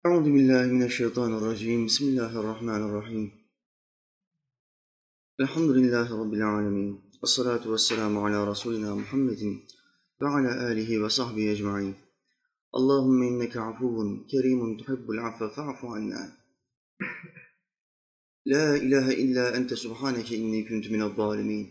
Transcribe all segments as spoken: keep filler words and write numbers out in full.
Euzu billahi mineşşeytanirracim. Bismillahirrahmanirrahim. Elhamdülillahi rabbil alamin. Essalatu vesselamu ala rasulina Muhammedin ve ala alihi ve sahbihi ecmaîn. Allahumme inneke afuvun kerimun tuhibbul afve fa'fu anna. La ilahe illa ente subhaneke inni kuntu minedh-dhalimin.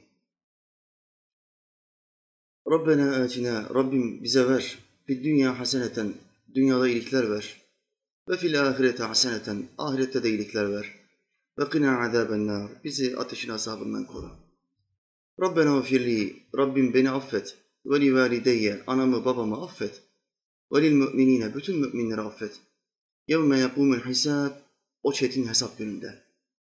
Rabbena atina, Rabbim bize ver. Fid dünya haseneten, dünyada iyilikler ver. Ve fil ahirete haseneten, ahirette de iyilikler ver. Ve qina azabennar, bizi ateşin azabından koru. Rabbena ufirli, Rabbim beni affet. Ve li valideyye, anamı babamı affet. Ve lil müminine, bütün müminleri affet. Yevme yekûmul hisab, o çetin hesap gününde.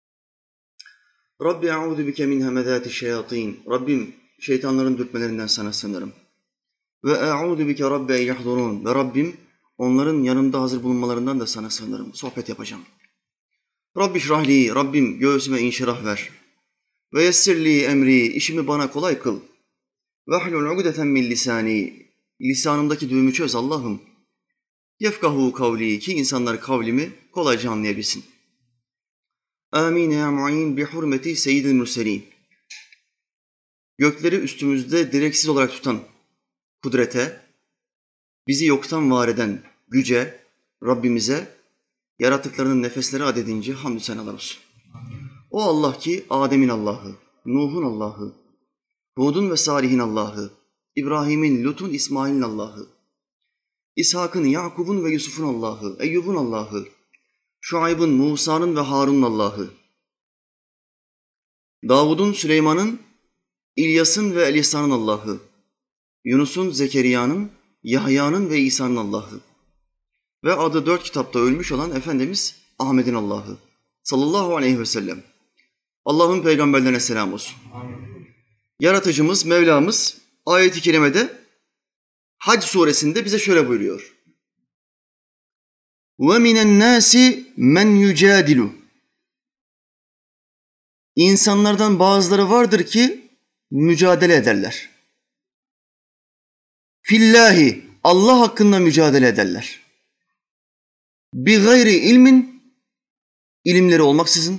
Rabbi a'udu bike min hemezâti şeyatîn, Rabbim şeytanların dürtmelerinden sana sığınırım. Ve a'udu bike rabbi en yahdurun, ve Rabbim onların yanımda hazır bulunmalarından da sana sığınırım. Sohbet yapacağım. Rabbi şrahli, Rabbim göğsüme inşirah ver. Ve yessirli emri, işimi bana kolay kıl. Ve hlul ugdeten min lisani, lisanımdaki düğümü çöz Allah'ım. Yefkahu kavli, ki insanlar kavlimi kolayca anlayabilsin. Amin ya mu'in bi hurmeti seyyidil mürselin. Gökleri üstümüzde direksiz olarak tutan kudrete, bizi yoktan var eden güce, Rabbimize, yaratıklarının nefesleri adedince hamdü senalar olsun. O Allah ki Adem'in Allah'ı, Nuh'un Allah'ı, Hud'un ve Salih'in Allah'ı, İbrahim'in, Lut'un, İsmail'in Allah'ı, İshak'ın, Yakub'un ve Yusuf'un Allah'ı, Eyyub'un Allah'ı, Şuayb'ın, Musa'nın ve Harun'un Allah'ı, Davud'un, Süleyman'ın, İlyas'ın ve Elisa'nın Allah'ı, Yunus'un, Zekeriya'nın, Yahya'nın ve İsa'nın Allah'ı ve adı dört kitapta ölmüş olan Efendimiz Ahmet'in Allah'ı sallallahu aleyhi ve sellem. Allah'ın peygamberlerine selam olsun. Amin. Yaratıcımız, Mevlamız ayet-i kerimede Hac suresinde bize şöyle buyuruyor. وَمِنَ النَّاسِ مَنْ يُجَادِلُ. İnsanlardan bazıları vardır ki mücadele ederler. Fillahi, Allah hakkında mücadele ederler. Bi gayri ilmin, ilimleri olmaksızın,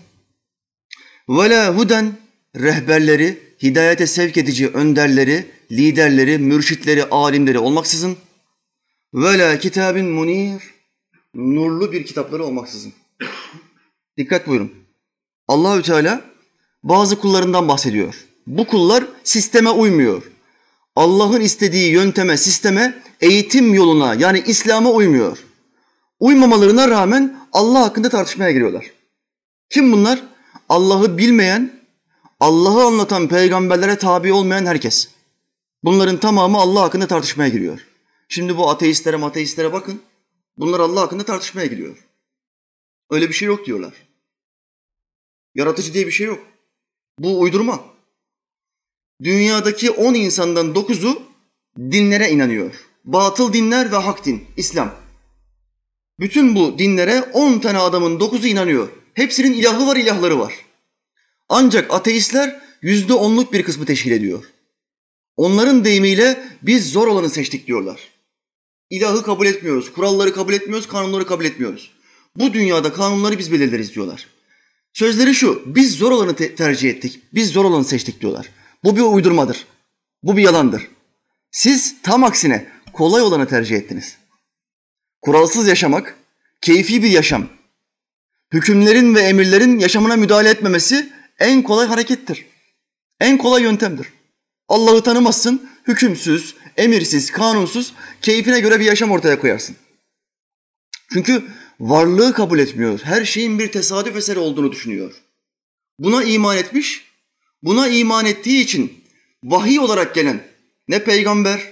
ve la huden, rehberleri, hidayete sevk edici önderleri, liderleri, mürşitleri, alimleri olmaksızın, ve la kitabin munir, nurlu bir kitapları olmaksızın. Dikkat buyurun. Allahü Teala bazı kullarından bahsediyor. Bu kullar sisteme uymuyor. Allah'ın istediği yönteme, sisteme, eğitim yoluna yani İslam'a uymuyor. Uymamalarına rağmen Allah hakkında tartışmaya giriyorlar. Kim bunlar? Allah'ı bilmeyen, Allah'ı anlatan peygamberlere tabi olmayan herkes. Bunların tamamı Allah hakkında tartışmaya giriyor. Şimdi bu ateistlere, ateistlere bakın. Bunlar Allah hakkında tartışmaya giriyor. Öyle bir şey yok diyorlar. Yaratıcı diye bir şey yok. Bu uydurma. Dünyadaki on insandan dokuzu dinlere inanıyor. Batıl dinler ve hak din, İslam. Bütün bu dinlere on tane adamın dokuzu inanıyor. Hepsinin ilahı var, ilahları var. Ancak ateistler yüzde onluk bir kısmı teşkil ediyor. Onların deyimiyle biz zor olanı seçtik diyorlar. İlahı kabul etmiyoruz, kuralları kabul etmiyoruz, kanunları kabul etmiyoruz. Bu dünyada kanunları biz belirleriz diyorlar. Sözleri şu, biz zor olanı te- tercih ettik, biz zor olanı seçtik diyorlar. Bu bir uydurmadır, bu bir yalandır. Siz tam aksine kolay olanı tercih ettiniz. Kuralsız yaşamak, keyfi bir yaşam. Hükümlerin ve emirlerin yaşamına müdahale etmemesi en kolay harekettir. En kolay yöntemdir. Allah'ı tanımazsın, hükümsüz, emirsiz, kanunsuz, keyfine göre bir yaşam ortaya koyarsın. Çünkü varlığı kabul etmiyor. Her şeyin bir tesadüf eseri olduğunu düşünüyor. Buna iman etmiş, buna iman ettiği için vahiy olarak gelen ne peygamber,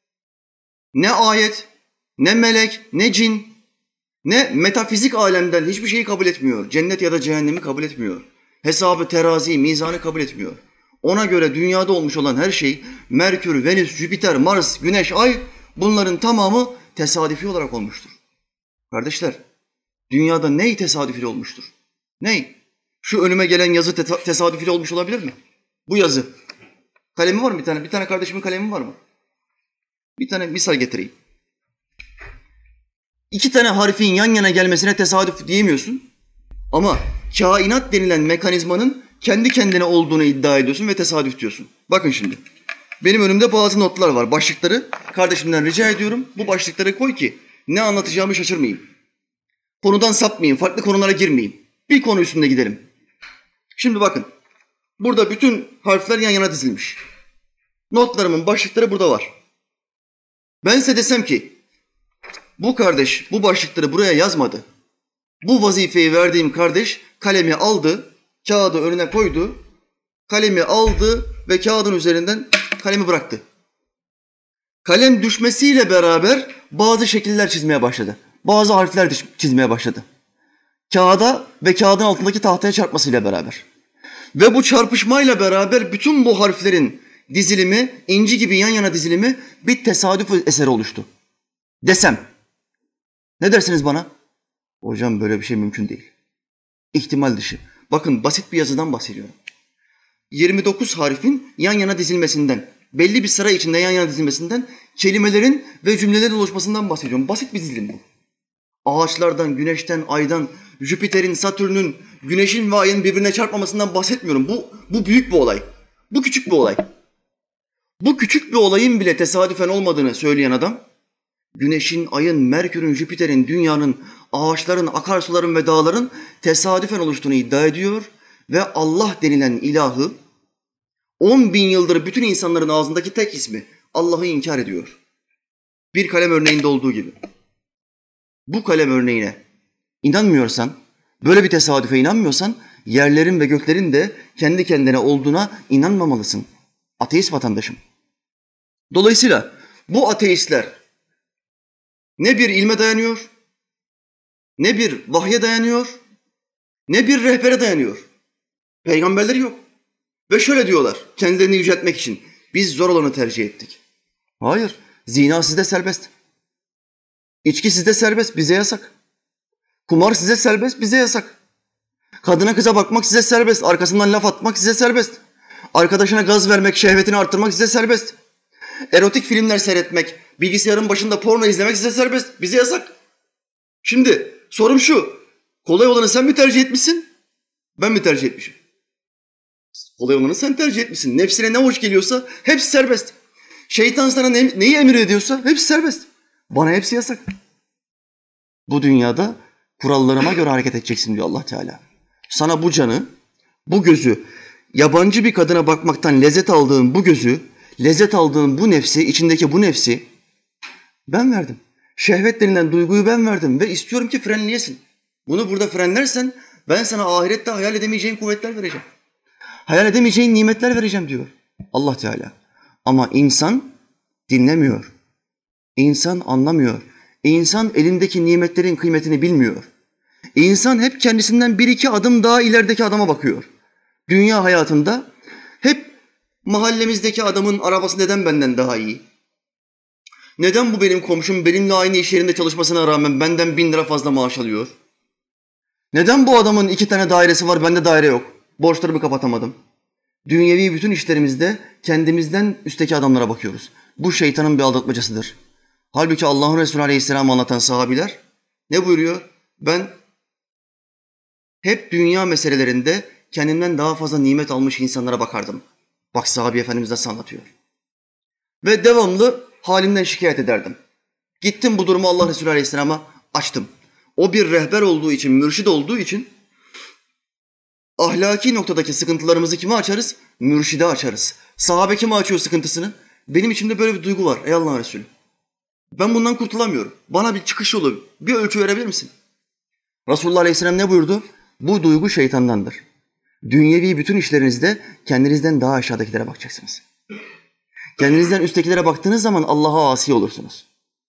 ne ayet, ne melek, ne cin, ne metafizik alemden hiçbir şeyi kabul etmiyor. Cennet ya da cehennemi kabul etmiyor. Hesabı, terazi, mizanı kabul etmiyor. Ona göre dünyada olmuş olan her şey, Merkür, Venüs, Jüpiter, Mars, Güneş, Ay, bunların tamamı tesadüfi olarak olmuştur. Kardeşler, dünyada ney tesadüfi olmuştur? Ney? Şu önüme gelen yazı tesadüfi olmuş olabilir mi? Bu yazı. Kalemi var mı bir tane? Bir tane kardeşimin kalemi var mı? Bir tane misal getireyim. İki tane harfin yan yana gelmesine tesadüf diyemiyorsun. Ama kainat denilen mekanizmanın kendi kendine olduğunu iddia ediyorsun ve tesadüf diyorsun. Bakın şimdi. Benim önümde bazı notlar var. Başlıkları kardeşimden rica ediyorum. Bu başlıkları koy ki ne anlatacağımı şaşırmayayım. Konudan sapmayayım, farklı konulara girmeyeyim. Bir konu üstünde gidelim. Şimdi bakın. Burada bütün harfler yan yana dizilmiş. Notlarımın başlıkları burada var. Ben size desem ki bu kardeş bu başlıkları buraya yazmadı. Bu vazifeyi verdiğim kardeş kalemi aldı, kağıdı önüne koydu, kalemi aldı ve kağıdın üzerinden kalemi bıraktı. Kalem düşmesiyle beraber bazı şekiller çizmeye başladı. Bazı harfler çizmeye başladı. Kağıda ve kağıdın altındaki tahtaya çarpmasıyla beraber. Ve bu çarpışmayla beraber bütün bu harflerin dizilimi, inci gibi yan yana dizilimi bir tesadüf eseri oluştu. Desem, ne dersiniz bana? Hocam böyle bir şey mümkün değil. İhtimal dışı. Bakın basit bir yazıdan bahsediyorum. yirmi dokuz harfin yan yana dizilmesinden, belli bir sıra içinde yan yana dizilmesinden, kelimelerin ve cümlelerin oluşmasından bahsediyorum. Basit bir dizilim bu. Ağaçlardan, güneşten, aydan, Jüpiter'in, Satürn'ün, güneşin ve ayın birbirine çarpmamasından bahsetmiyorum. Bu, bu büyük bir olay. Bu küçük bir olay. Bu küçük bir olayın bile tesadüfen olmadığını söyleyen adam, güneşin, ayın, Merkür'ün, Jüpiter'in, dünyanın, ağaçların, akarsuların ve dağların tesadüfen oluştuğunu iddia ediyor ve Allah denilen ilahı on bin yıldır bütün insanların ağzındaki tek ismi Allah'ı inkar ediyor. Bir kalem örneğinde olduğu gibi. Bu kalem örneğine inanmıyorsan, böyle bir tesadüfe inanmıyorsan, yerlerin ve göklerin de kendi kendine olduğuna inanmamalısın. Ateist vatandaşım. Dolayısıyla bu ateistler ne bir ilme dayanıyor, ne bir vahye dayanıyor, ne bir rehbere dayanıyor. Peygamberleri yok. Ve şöyle diyorlar kendilerini yüceltmek için. Biz zor olanı tercih ettik. Hayır. Zina sizde serbest. İçki sizde serbest. Bize yasak. Kumar size serbest. Bize yasak. Kadına kıza bakmak size serbest. Arkasından laf atmak size serbest. Arkadaşına gaz vermek, şehvetini arttırmak size serbest. Erotik filmler seyretmek, bilgisayarın başında porno izlemek size serbest. Bize yasak. Şimdi sorum şu. Kolay olanı sen mi tercih etmişsin? Ben mi tercih etmişim? Kolay olanı sen tercih etmişsin. Nefsine ne hoş geliyorsa hepsi serbest. Şeytan sana ne, neyi emir ediyorsa hepsi serbest. Bana hepsi yasak. Bu dünyada kurallarıma göre hareket edeceksin diyor Allah Teala. Sana bu canı, bu gözü, yabancı bir kadına bakmaktan lezzet aldığın bu gözü, lezzet aldığın bu nefsi, içindeki bu nefsi ben verdim. Şehvet denilen duyguyu ben verdim ve istiyorum ki frenleyesin. Bunu burada frenlersen ben sana ahirette hayal edemeyeceğin kuvvetler vereceğim. Hayal edemeyeceğin nimetler vereceğim diyor Allah Teala. Ama insan dinlemiyor. İnsan anlamıyor. İnsan elindeki nimetlerin kıymetini bilmiyor. İnsan hep kendisinden bir iki adım daha ilerideki adama bakıyor. Dünya hayatında hep mahallemizdeki adamın arabası neden benden daha iyi? Neden bu benim komşum benimle aynı iş yerinde çalışmasına rağmen benden bin lira fazla maaş alıyor? Neden bu adamın iki tane dairesi var, bende daire yok? Borçlarımı kapatamadım. Dünyevi bütün işlerimizde kendimizden üstteki adamlara bakıyoruz. Bu şeytanın bir aldatmacasıdır. Halbuki Allah'ın Resulü Aleyhisselam'ı anlatan sahabiler ne buyuruyor? Ben hep dünya meselelerinde kendimden daha fazla nimet almış insanlara bakardım. Bak sahabi Efendimiz nasıl anlatıyor. Ve devamlı halimden şikayet ederdim. Gittim bu durumu Allah Resulü Aleyhisselam'a açtım. O bir rehber olduğu için, mürşid olduğu için ahlaki noktadaki sıkıntılarımızı kime açarız? Mürşide açarız. Sahabe kime açıyor sıkıntısını? Benim içimde böyle bir duygu var ey Allah'ın Resulü. Ben bundan kurtulamıyorum. Bana bir çıkış yolu, bir ölçü verebilir misin? Resulullah Aleyhisselam ne buyurdu? Bu duygu şeytandandır. Dünyevi bütün işlerinizde kendinizden daha aşağıdakilere bakacaksınız. Kendinizden üsttekilere baktığınız zaman Allah'a asi olursunuz.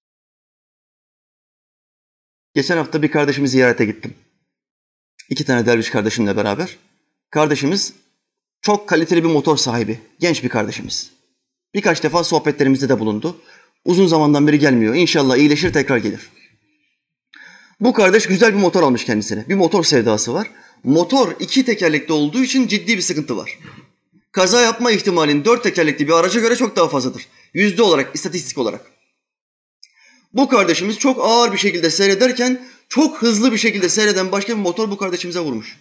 Geçen hafta bir kardeşimi ziyarete gittim. İki tane derviş kardeşimle beraber. Kardeşimiz çok kaliteli bir motor sahibi, genç bir kardeşimiz. Birkaç defa sohbetlerimizde de bulundu. Uzun zamandan beri gelmiyor. İnşallah iyileşir tekrar gelir. Bu kardeş güzel bir motor almış kendisine. Bir motor sevdası var. Motor iki tekerlekli olduğu için ciddi bir sıkıntı var. Kaza yapma ihtimalin dört tekerlekli bir araca göre çok daha fazladır. Yüzde olarak, istatistik olarak. Bu kardeşimiz çok ağır bir şekilde seyrederken çok hızlı bir şekilde seyreden başka bir motor bu kardeşimize vurmuş.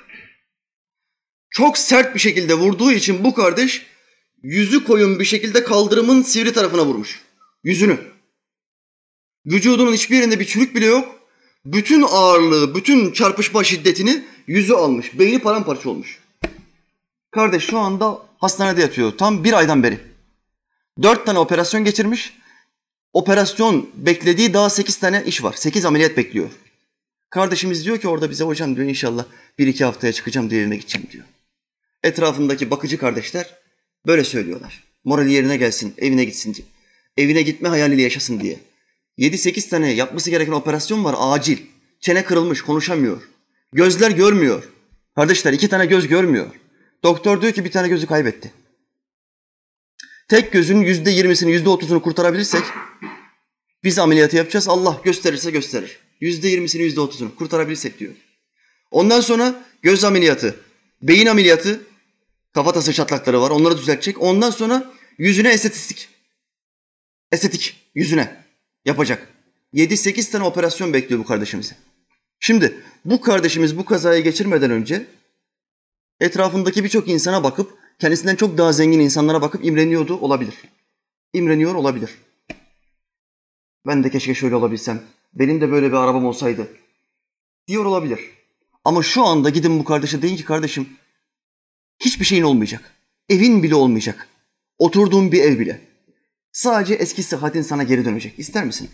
Çok sert bir şekilde vurduğu için bu kardeş yüzü koyun bir şekilde kaldırımın sivri tarafına vurmuş. Yüzünü. Vücudunun hiçbir yerinde bir çürük bile yok. Bütün ağırlığı, bütün çarpışma şiddetini yüzü almış. Beyni paramparça olmuş. Kardeş şu anda hastanede yatıyor. Tam bir aydan beri. Dört tane operasyon geçirmiş. Operasyon beklediği daha sekiz tane iş var. Sekiz ameliyat bekliyor. Kardeşimiz diyor ki orada bize hocam diyor inşallah bir iki haftaya çıkacağım diğerine gideceğim diyor. Etrafındaki bakıcı kardeşler böyle söylüyorlar. Morali yerine gelsin, evine gitsin diye. Evine gitme hayaliyle yaşasın diye. Yedi sekiz tane yapması gereken operasyon var acil. Çene kırılmış, konuşamıyor. Gözler görmüyor. Kardeşler iki tane göz görmüyor. Doktor diyor ki bir tane gözü kaybetti. Tek gözün yüzde yirmisini, yüzde otuzunu kurtarabilirsek biz ameliyatı yapacağız. Allah gösterirse gösterir. Yüzde yirmisini, yüzde otuzunu kurtarabilirsek diyor. Ondan sonra göz ameliyatı, beyin ameliyatı, kafatası çatlakları var. Onları düzeltecek. Ondan sonra yüzüne estetik. Estetik yüzüne yapacak. Yedi sekiz tane operasyon bekliyor bu kardeşimizi. Şimdi bu kardeşimiz bu kazayı geçirmeden önce etrafındaki birçok insana bakıp kendisinden çok daha zengin insanlara bakıp imreniyordu olabilir. İmreniyor olabilir. Ben de keşke şöyle olabilsem. Benim de böyle bir arabam olsaydı. Diyor olabilir. Ama şu anda gidin bu kardeşe deyin ki kardeşim hiçbir şeyin olmayacak. Evin bile olmayacak. Oturduğun bir ev bile. Sadece eski sıhhatin sana geri dönecek. İster misin?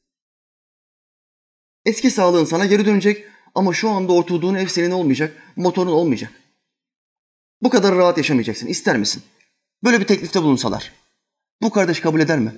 Eski sağlığın sana geri dönecek ama şu anda oturduğun ev senin olmayacak. Motorun olmayacak. Bu kadar rahat yaşamayacaksın. İster misin? Böyle bir teklifte bulunsalar. Bu kardeş kabul eder mi?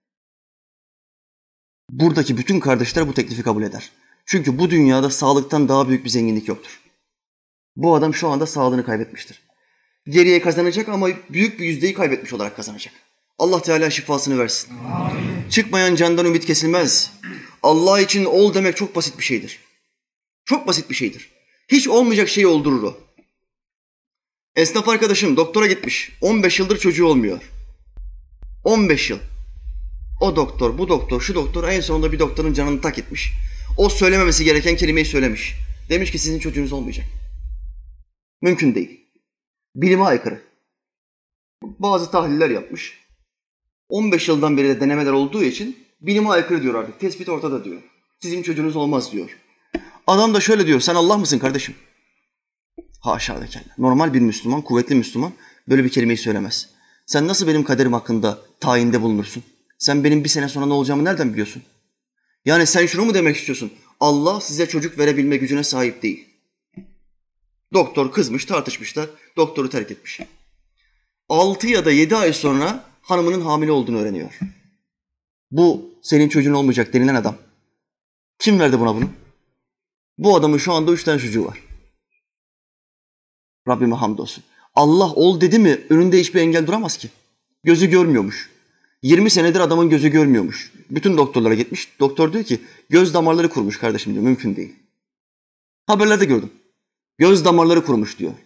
Buradaki bütün kardeşler bu teklifi kabul eder. Çünkü bu dünyada sağlıktan daha büyük bir zenginlik yoktur. Bu adam şu anda sağlığını kaybetmiştir. Geriye kazanacak ama büyük bir yüzdeyi kaybetmiş olarak kazanacak. Allah Teala şifasını versin. Amin. Çıkmayan candan ümit kesilmez. Allah için ol demek çok basit bir şeydir. Çok basit bir şeydir. Hiç olmayacak şeyi oldurur o. Esnaf arkadaşım doktora gitmiş. on beş yıldır çocuğu olmuyor. on beş yıl. O doktor, bu doktor, şu doktor en sonunda bir doktorun canını tak etmiş. O söylememesi gereken kelimeyi söylemiş. Demiş ki sizin çocuğunuz olmayacak. Mümkün değil. Bilime aykırı. Bazı tahliller yapmış. on beş yıldan beri de denemeler olduğu için bilime aykırı diyor artık. Tespit ortada diyor. Sizin çocuğunuz olmaz diyor. Adam da şöyle diyor. Sen Allah mısın kardeşim? Haşa ve kella. Normal bir Müslüman, kuvvetli Müslüman böyle bir kelimeyi söylemez. Sen nasıl benim kaderim hakkında tayinde bulunursun? Sen benim bir sene sonra ne olacağımı nereden biliyorsun? Yani sen şunu mu demek istiyorsun? Allah size çocuk verebilme gücüne sahip değil. Doktor kızmış, tartışmışlar. Doktoru terk etmiş. Altı ya da yedi ay sonra hanımının hamile olduğunu öğreniyor. Bu senin çocuğun olmayacak denilen adam. Kim verdi buna bunu? Bu adamın şu anda üç tane çocuğu var. Rabbime hamdolsun. Allah ol dedi mi önünde hiçbir engel duramaz ki. Gözü görmüyormuş. yirmi senedir adamın gözü görmüyormuş. Bütün doktorlara gitmiş. Doktor diyor ki göz damarları kurumuş kardeşim diyor. Mümkün değil. Haberlerde gördüm. Göz damarları kurumuş diyor.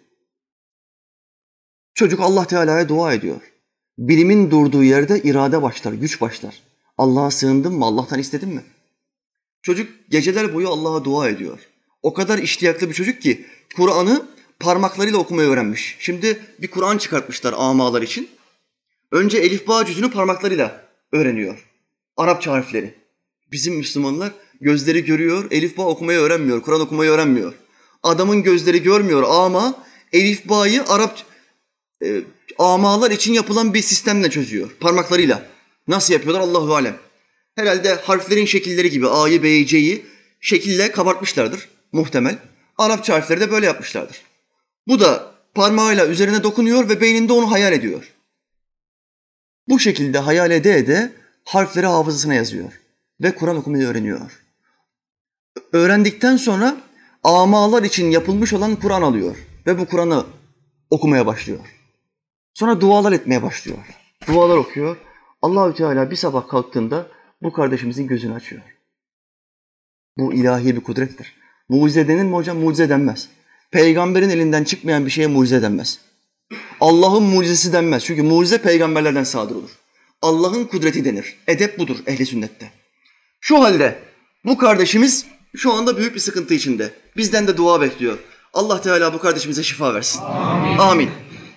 Çocuk Allah Teala'ya dua ediyor. Bilimin durduğu yerde irade başlar, güç başlar. Allah'a sığındın mı, Allah'tan istedin mi? Çocuk geceler boyu Allah'a dua ediyor. O kadar iştiyaklı bir çocuk ki Kur'an'ı parmaklarıyla okumayı öğrenmiş. Şimdi bir Kur'an çıkartmışlar amalar için. Önce elif ba cüzünü parmaklarıyla öğreniyor. Arapça harfleri. Bizim Müslümanlar gözleri görüyor, elif ba okumayı öğrenmiyor, Kur'an okumayı öğrenmiyor. Adamın gözleri görmüyor ama elif ba'yı Arap e, amalar için yapılan bir sistemle çözüyor. Parmaklarıyla. Nasıl yapıyorlar Allahu alem. Herhalde harflerin şekilleri gibi A'yı, B'yi, C'yi şekille kabartmışlardır muhtemel. Arapça harfleri de böyle yapmışlardır. Bu da parmağıyla üzerine dokunuyor ve beyninde onu hayal ediyor. Bu şekilde hayal ede ede harfleri hafızasına yazıyor ve Kur'an okumayı öğreniyor. Öğrendikten sonra amalar için yapılmış olan Kur'an alıyor ve bu Kur'an'ı okumaya başlıyor. Sonra dualar etmeye başlıyor. Dualar okuyor. Allahü Teala bir sabah kalktığında bu kardeşimizin gözünü açıyor. Bu ilahi bir kudrettir. Mucize denir mi hocam? Mucize denmez. Peygamberin elinden çıkmayan bir şeye mucize denmez. Allah'ın mucizesi denmez. Çünkü mucize peygamberlerden sadır olur. Allah'ın kudreti denir. Edep budur ehli sünnette. Şu halde bu kardeşimiz şu anda büyük bir sıkıntı içinde. Bizden de dua bekliyor. Allah Teala bu kardeşimize şifa versin. Amin. Amin.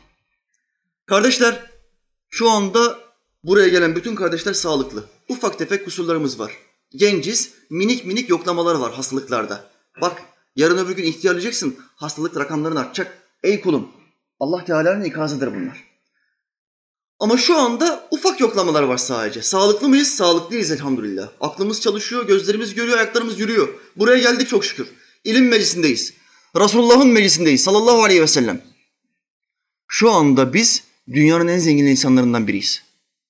Kardeşler, şu anda buraya gelen bütün kardeşler sağlıklı. Ufak tefek kusurlarımız var. Genciz, minik minik yoklamalar var hastalıklarda. Bak, yarın öbür gün ihtiyarlayacaksın, hastalık rakamların artacak. Ey kulum, Allah Teala'nın ikazıdır bunlar. Ama şu anda ufak yoklamalar var sadece. Sağlıklı mıyız? Sağlıklıyız elhamdülillah. Aklımız çalışıyor, gözlerimiz görüyor, ayaklarımız yürüyor. Buraya geldik çok şükür. İlim meclisindeyiz. Resulullah'ın meclisindeyiz sallallahu aleyhi ve sellem. Şu anda biz dünyanın en zengin insanlarından biriyiz.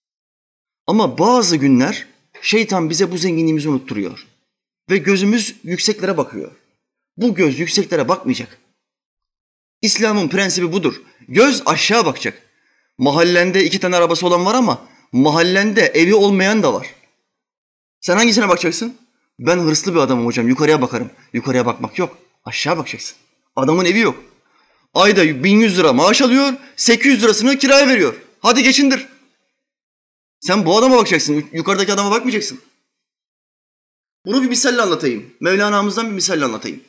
Ama bazı günler şeytan bize bu zenginliğimizi unutturuyor. Ve gözümüz yükseklere bakıyor. Bu göz yükseklere bakmayacak. İslam'ın prensibi budur. Göz aşağı bakacak. Mahallende iki tane arabası olan var ama mahallende evi olmayan da var. Sen hangisine bakacaksın? Ben hırslı bir adamım hocam, yukarıya bakarım. Yukarıya bakmak yok, aşağı bakacaksın. Adamın evi yok. Ayda bin yüz lira maaş alıyor, sekiz yüz lirasını kiraya veriyor. Hadi geçindir. Sen bu adama bakacaksın, yukarıdaki adama bakmayacaksın. Bunu bir misalle anlatayım. Mevlana'mızdan bir misalle anlatayım.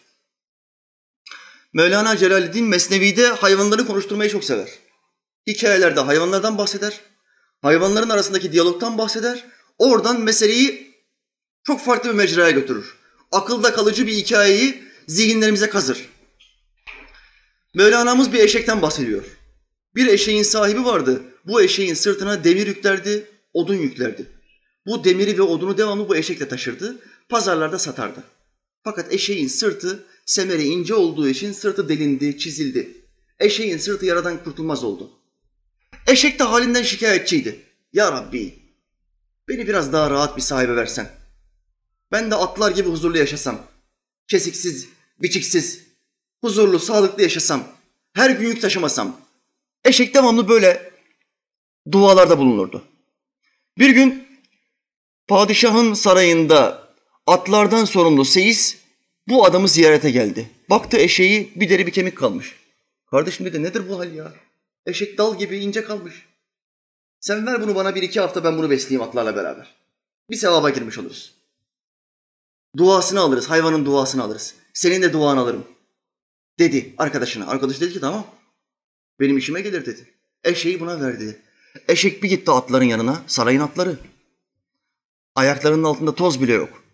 Mevlana Celaleddin Mesnevi'de hayvanları konuşturmayı çok sever. Hikayelerde hayvanlardan bahseder, hayvanların arasındaki diyalogtan bahseder, oradan meseleyi çok farklı bir mecraya götürür. Akılda kalıcı bir hikayeyi zihinlerimize kazır. Mevlana'mız bir eşekten bahsediyor. Bir eşeğin sahibi vardı. Bu eşeğin sırtına demir yüklerdi, odun yüklerdi. Bu demiri ve odunu devamlı bu eşekle taşırdı, pazarlarda satardı. Fakat eşeğin sırtı semeri ince olduğu için sırtı delindi, çizildi. Eşeğin sırtı yaradan kurtulmaz oldu. Eşek de halinden şikayetçiydi. Ya Rabbi, beni biraz daha rahat bir sahibe versen. Ben de atlar gibi huzurlu yaşasam. Kesiksiz, biçiksiz, huzurlu, sağlıklı yaşasam. Her gün yük taşımasam. Eşek devamlı böyle dualarda bulunurdu. Bir gün padişahın sarayında atlardan sorumlu seyis bu adamı ziyarete geldi. Baktı eşeği bir deri bir kemik kalmış. Kardeşim dedi, nedir bu hal ya? Eşek dal gibi ince kalmış. Sen ver bunu bana bir iki hafta, ben bunu besleyeyim atlarla beraber. Bir sevaba girmiş oluruz. Duasını alırız, hayvanın duasını alırız. Senin de duanı alırım dedi arkadaşına. Arkadaş dedi ki tamam, benim işime gelir dedi. Eşeği buna verdi. Eşek bir gitti atların yanına, sarayın atları. Ayaklarının altında toz bile yok.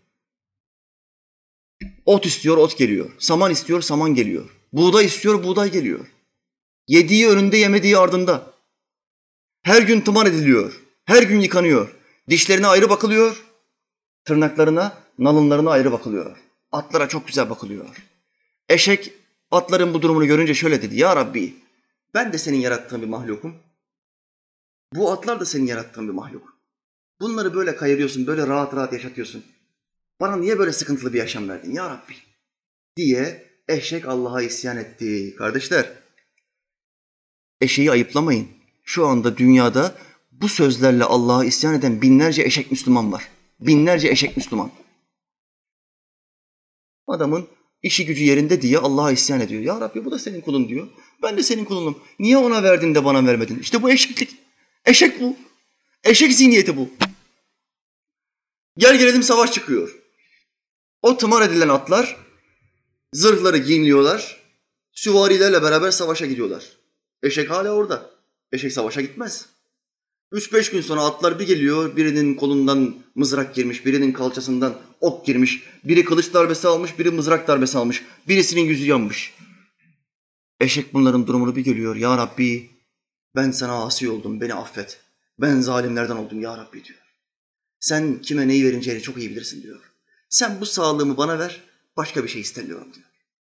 Ot istiyor, ot geliyor. Saman istiyor, saman geliyor. Buğday istiyor, buğday geliyor. Yediği önünde, yemediği ardında. Her gün tımar ediliyor. Her gün yıkanıyor. Dişlerine ayrı bakılıyor. Tırnaklarına, nalınlarına ayrı bakılıyor. Atlara çok güzel bakılıyor. Eşek atların bu durumunu görünce şöyle dedi. Ya Rabbi, ben de senin yarattığın bir mahlukum. Bu atlar da senin yarattığın bir mahluk. Bunları böyle kayırıyorsun, böyle rahat rahat yaşatıyorsun. Bana niye böyle sıkıntılı bir yaşam verdin ya Rabbi? Diye eşek Allah'a isyan etti. Kardeşler, eşeği ayıplamayın. Şu anda dünyada bu sözlerle Allah'a isyan eden binlerce eşek Müslüman var. Binlerce eşek Müslüman. Adamın işi gücü yerinde diye Allah'a isyan ediyor. Ya Rabbi, bu da senin kulun diyor. Ben de senin kulunum. Niye ona verdin de bana vermedin? İşte bu eşeklik. Eşek bu. Eşek zihniyeti bu. Gel gelelim savaş çıkıyor. O tımar edilen atlar zırhları giyiniyorlar. Süvarilerle beraber savaşa gidiyorlar. Eşek hala orada. Eşek savaşa gitmez. Üç beş gün sonra atlar bir geliyor, birinin kolundan mızrak girmiş, birinin kalçasından ok girmiş, biri kılıç darbesi almış, biri mızrak darbesi almış, birisinin yüzü yanmış. Eşek bunların durumunu bir görüyor. Ya Rabbi, ben sana asi oldum, beni affet. Ben zalimlerden oldum ya Rabbi diyor. Sen kime neyi vereceğini çok iyi bilirsin diyor. Sen bu sağlığımı bana ver, başka bir şey istemiyorum diyor.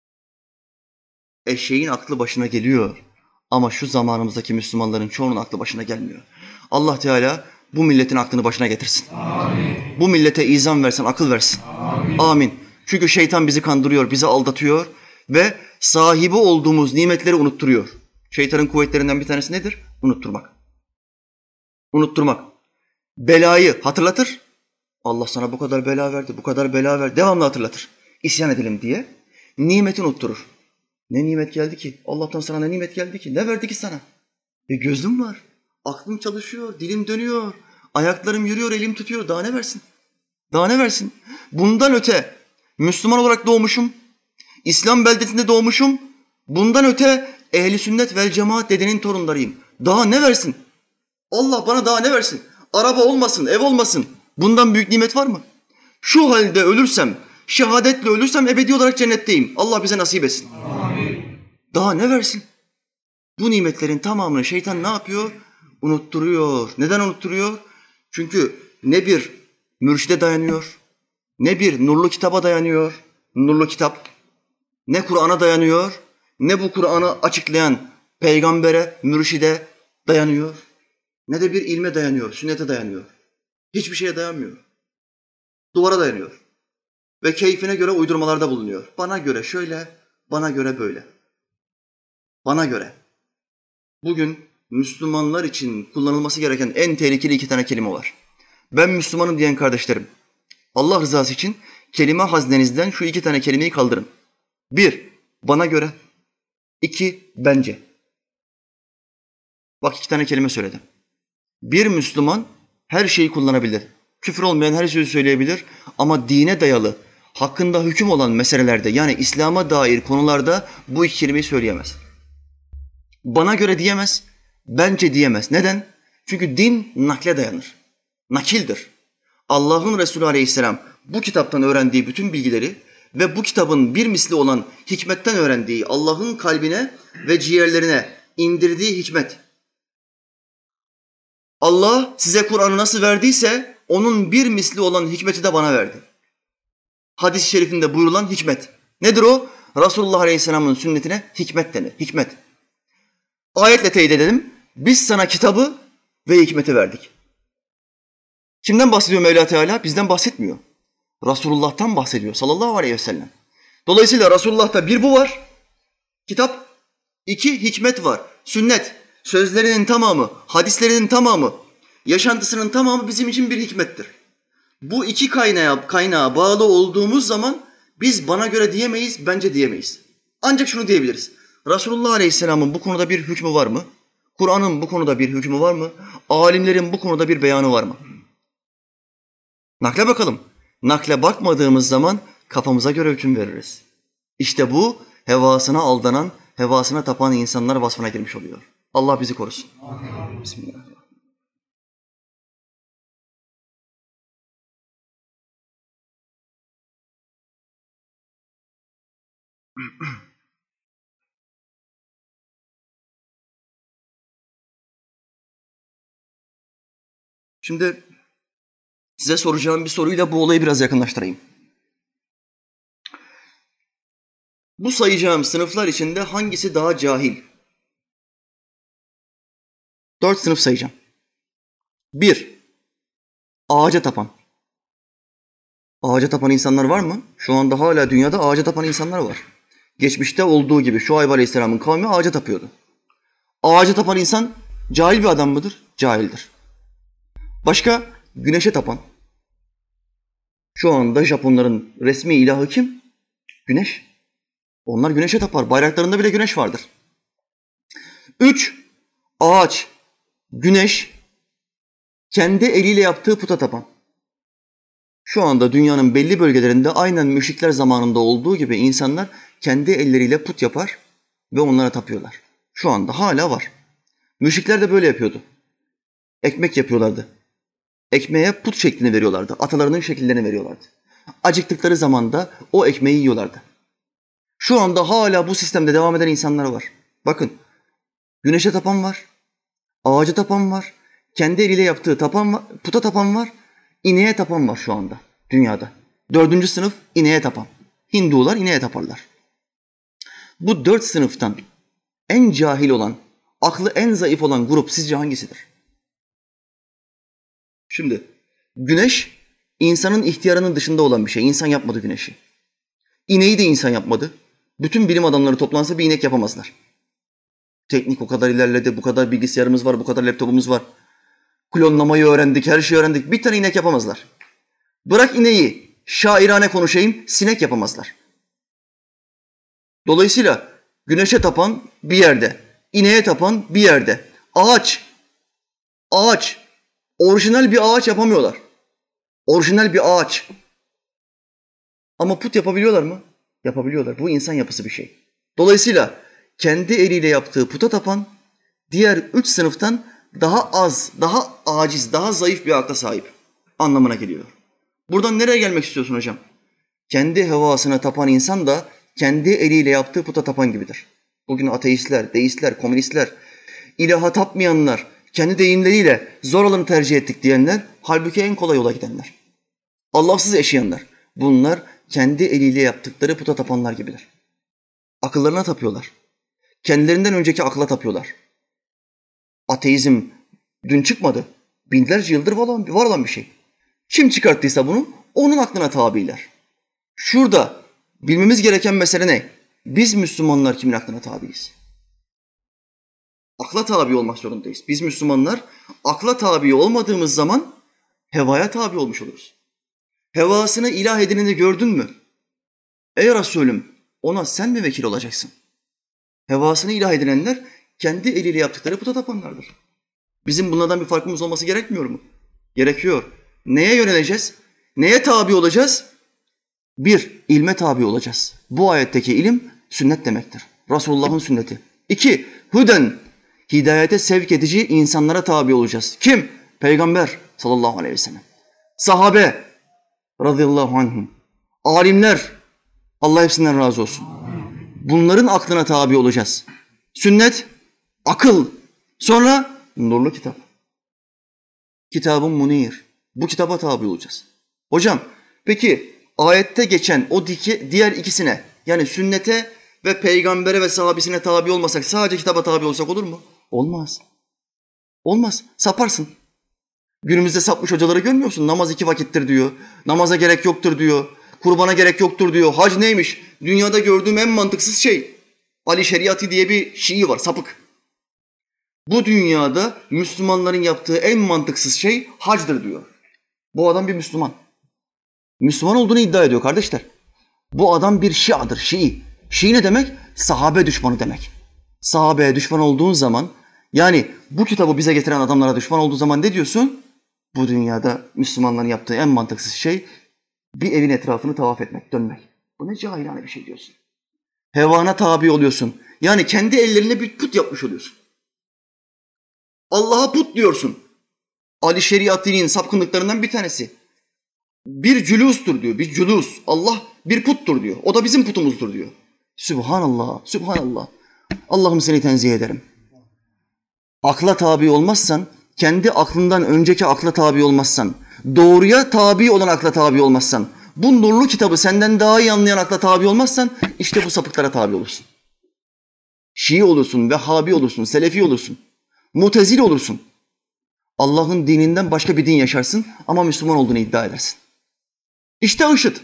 Eşeğin aklı başına geliyor. Ama şu zamanımızdaki Müslümanların çoğunun aklı başına gelmiyor. Allah Teala bu milletin aklını başına getirsin. Amin. Bu millete izan versin, akıl versin. Amin. Amin. Çünkü şeytan bizi kandırıyor, bizi aldatıyor ve sahibi olduğumuz nimetleri unutturuyor. Şeytanın kuvvetlerinden bir tanesi nedir? Unutturmak. Unutturmak. Belayı hatırlatır. Allah sana bu kadar bela verdi, bu kadar bela verdi. Devamlı hatırlatır. İsyan edelim diye. Nimeti unutturur. Ne nimet geldi ki? Allah'tan sana ne nimet geldi ki? Ne verdi ki sana? E gözüm var. Aklım çalışıyor, dilim dönüyor. Ayaklarım yürüyor, elim tutuyor. Daha ne versin? Daha ne versin? Bundan öte Müslüman olarak doğmuşum. İslam beldesinde doğmuşum. Bundan öte ehli sünnet vel cemaat dedenin torunlarıyım. Daha ne versin? Allah bana daha ne versin? Araba olmasın, ev olmasın. Bundan büyük nimet var mı? Şu halde ölürsem, şehadetle ölürsem ebedi olarak cennetteyim. Allah bize nasip etsin. Amin. Daha ne versin? Bu nimetlerin tamamını şeytan ne yapıyor? Unutturuyor. Neden unutturuyor? Çünkü ne bir mürşide dayanıyor, ne bir nurlu kitaba dayanıyor, nurlu kitap, ne Kur'an'a dayanıyor, ne bu Kur'an'ı açıklayan peygambere, mürşide dayanıyor, ne de bir ilme dayanıyor, sünnete dayanıyor. Hiçbir şeye dayanmıyor. Duvara dayanıyor. Ve keyfine göre uydurmalarda bulunuyor. Bana göre şöyle, bana göre böyle. Bana göre. Bugün Müslümanlar için kullanılması gereken en tehlikeli iki tane kelime var. Ben Müslümanım diyen kardeşlerim, Allah rızası için kelime haznenizden şu iki tane kelimeyi kaldırın. Bir, bana göre. İki, bence. Bak iki tane kelime söyledim. Bir Müslüman her şeyi kullanabilir. Küfür olmayan her şeyi söyleyebilir ama dine dayalı, hakkında hüküm olan meselelerde yani İslam'a dair konularda bu iki kelimeyi söyleyemez. Bana göre diyemez, bence diyemez. Neden? Çünkü din nakle dayanır. Nakildir. Allah'ın Resulü Aleyhisselam bu kitaptan öğrendiği bütün bilgileri ve bu kitabın bir misli olan hikmetten öğrendiği Allah'ın kalbine ve ciğerlerine indirdiği hikmet. Allah size Kur'an'ı nasıl verdiyse onun bir misli olan hikmeti de bana verdi. Hadis-i şerifinde buyurulan hikmet. Nedir o? Resulullah Aleyhisselam'ın sünnetine hikmet denir. Hikmet. Ayetle teyit edelim. Biz sana kitabı ve hikmeti verdik. Kimden bahsediyor Mevla Teala? Bizden bahsetmiyor. Resulullah'tan bahsediyor sallallahu aleyhi ve sellem. Dolayısıyla Resulullah'ta bir bu var. Kitap. İki hikmet var. Sünnet. Sözlerinin tamamı, hadislerinin tamamı, yaşantısının tamamı bizim için bir hikmettir. Bu iki kaynağa, kaynağa bağlı olduğumuz zaman biz bana göre diyemeyiz, bence diyemeyiz. Ancak şunu diyebiliriz. Resulullah Aleyhisselam'ın bu konuda bir hükmü var mı? Kur'an'ın bu konuda bir hükmü var mı? Alimlerin bu konuda bir beyanı var mı? Nakle bakalım. Nakle bakmadığımız zaman kafamıza göre hüküm veririz. İşte bu hevasına aldanan, hevasına tapan insanlar vasfına girmiş oluyor. Allah bizi korusun. Amin. Bismillahirrahmanirrahim. Şimdi size soracağım bir soruyla bu olayı biraz yakınlaştırayım. Bu sayacağım sınıflar içinde hangisi daha cahil? Dört sınıf sayacağım. Bir, ağaca tapan. Ağaca tapan insanlar var mı? Şu anda hala dünyada ağaca tapan insanlar var. Geçmişte olduğu gibi Şuayb Aleyhisselam'ın kavmi ağaca tapıyordu. Ağaca tapan insan cahil bir adam mıdır? Cahildir. Başka, güneşe tapan. Şu anda Japonların resmi ilahı kim? Güneş. Onlar güneşe tapar. Bayraklarında bile güneş vardır. Üç, ağaç, güneş, kendi eliyle yaptığı puta tapan. Şu anda dünyanın belli bölgelerinde aynen müşrikler zamanında olduğu gibi insanlar kendi elleriyle put yapar ve onlara tapıyorlar. Şu anda hala var. Müşrikler de böyle yapıyordu. Ekmek yapıyorlardı. Ekmeğe put şeklini veriyorlardı. Atalarının şekillerini veriyorlardı. Acıktıkları zaman da o ekmeği yiyorlardı. Şu anda hala bu sistemde devam eden insanlar var. Bakın, güneşe tapan var, ağaca tapan var, kendi eliyle yaptığı tapan var, puta tapan var, ineğe tapan var şu anda dünyada. Dördüncü sınıf ineğe tapan. Hindular ineğe taparlar. Bu dört sınıftan en cahil olan, aklı en zayıf olan grup sizce hangisidir? Şimdi güneş insanın ihtiyarının dışında olan bir şey. İnsan yapmadı güneşi. İneği de insan yapmadı. Bütün bilim adamları toplansa bir inek yapamazlar. Teknik o kadar ilerledi, bu kadar bilgisayarımız var, bu kadar laptopumuz var. Klonlamayı öğrendik, her şeyi öğrendik. Bir tane inek yapamazlar. Bırak ineği, şairane konuşayım, sinek yapamazlar. Dolayısıyla güneşe tapan bir yerde, ineğe tapan bir yerde. Ağaç, ağaç, orijinal bir ağaç yapamıyorlar. Orijinal bir ağaç. Ama put yapabiliyorlar mı? Yapabiliyorlar. Bu insan yapısı bir şey. Dolayısıyla kendi eliyle yaptığı puta tapan diğer üç sınıftan daha az, daha aciz, daha zayıf bir akla sahip anlamına geliyor. Buradan nereye gelmek istiyorsun hocam? Kendi hevasına tapan insan da kendi eliyle yaptığı puta tapan gibidir. Bugün ateistler, deistler, komünistler, ilaha tapmayanlar, kendi deyimleriyle zor olanı tercih ettik diyenler, halbuki en kolay yola gidenler. Allahsız yaşayanlar. Bunlar kendi eliyle yaptıkları puta tapanlar gibidir. Akıllarına tapıyorlar. Kendilerinden önceki akla tapıyorlar. Ateizm dün çıkmadı. Binlerce yıldır var olan, var olan bir şey. Kim çıkarttıysa bunu, onun aklına tabiler. Şurada bilmemiz gereken mesele ne? Biz Müslümanlar kimin aklına tabiiz? Akla tabi olmak zorundayız. Biz Müslümanlar akla tabi olmadığımız zaman hevaya tabi olmuş oluruz. Hevasını ilah edineni gördün mü? Ey Resulüm, ona sen mi vekil olacaksın? Hevasını ilah edinenler kendi eliyle yaptıkları puta tapanlardır. Bizim bunlardan bir farkımız olması gerekmiyor mu? Gerekiyor. Neye yöneleceğiz? Neye tabi olacağız? Bir, ilme tabi olacağız. Bu ayetteki ilim sünnet demektir. Resulullah'ın sünneti. İki, hüden, hidayete sevk edici insanlara tabi olacağız. Kim? Peygamber sallallahu aleyhi ve sellem. Sahabe radıyallahu anhum. Alimler, Allah hepsinden razı olsun. Bunların aklına tabi olacağız. Sünnet, akıl. Sonra nurlu kitap. Kitab-ı Munir. Bu kitaba tabi olacağız. Hocam, peki ayette geçen o diki, diğer ikisine, yani sünnete ve peygambere ve sahabesine tabi olmasak, sadece kitaba tabi olsak olur mu? Olmaz. Olmaz. Saparsın. Günümüzde sapmış hocaları görmüyor musun? Namaz iki vakittir diyor. Namaza gerek yoktur diyor. Kurbana gerek yoktur diyor. Hac neymiş? Dünyada gördüğüm en mantıksız şey. Ali Şeriatı diye bir Şii var, sapık. Bu dünyada Müslümanların yaptığı en mantıksız şey hacdır diyor. Bu adam bir Müslüman. Müslüman olduğunu iddia ediyor kardeşler. Bu adam bir Şiadır, Şii. Şii ne demek? Sahabe düşmanı demek. Sahabeye düşman olduğun zaman, yani bu kitabı bize getiren adamlara düşman olduğu zaman ne diyorsun? Bu dünyada Müslümanların yaptığı en mantıksız şey bir evin etrafını tavaf etmek, dönmek. Bu ne cahilane bir şey diyorsun. Hevana tabi oluyorsun. Yani kendi ellerine bir put yapmış oluyorsun. Allah'a put diyorsun. Ali Şeriatî'nin sapkınlıklarından bir tanesi. Bir cülustur diyor, bir cülus. Allah bir puttur diyor. O da bizim putumuzdur diyor. Sübhanallah, Sübhanallah. Allah'ım seni tenzih ederim. Akla tabi olmazsan, kendi aklından önceki akla tabi olmazsan, doğruya tabi olan akla tabi olmazsan, bu nurlu kitabı senden daha iyi anlayan akla tabi olmazsan, işte bu sapıklara tabi olursun. Şii olursun, Vehhabi olursun, Selefi olursun, Mutezili olursun. Allah'ın dininden başka bir din yaşarsın ama Müslüman olduğunu iddia edersin. İşte IŞİD.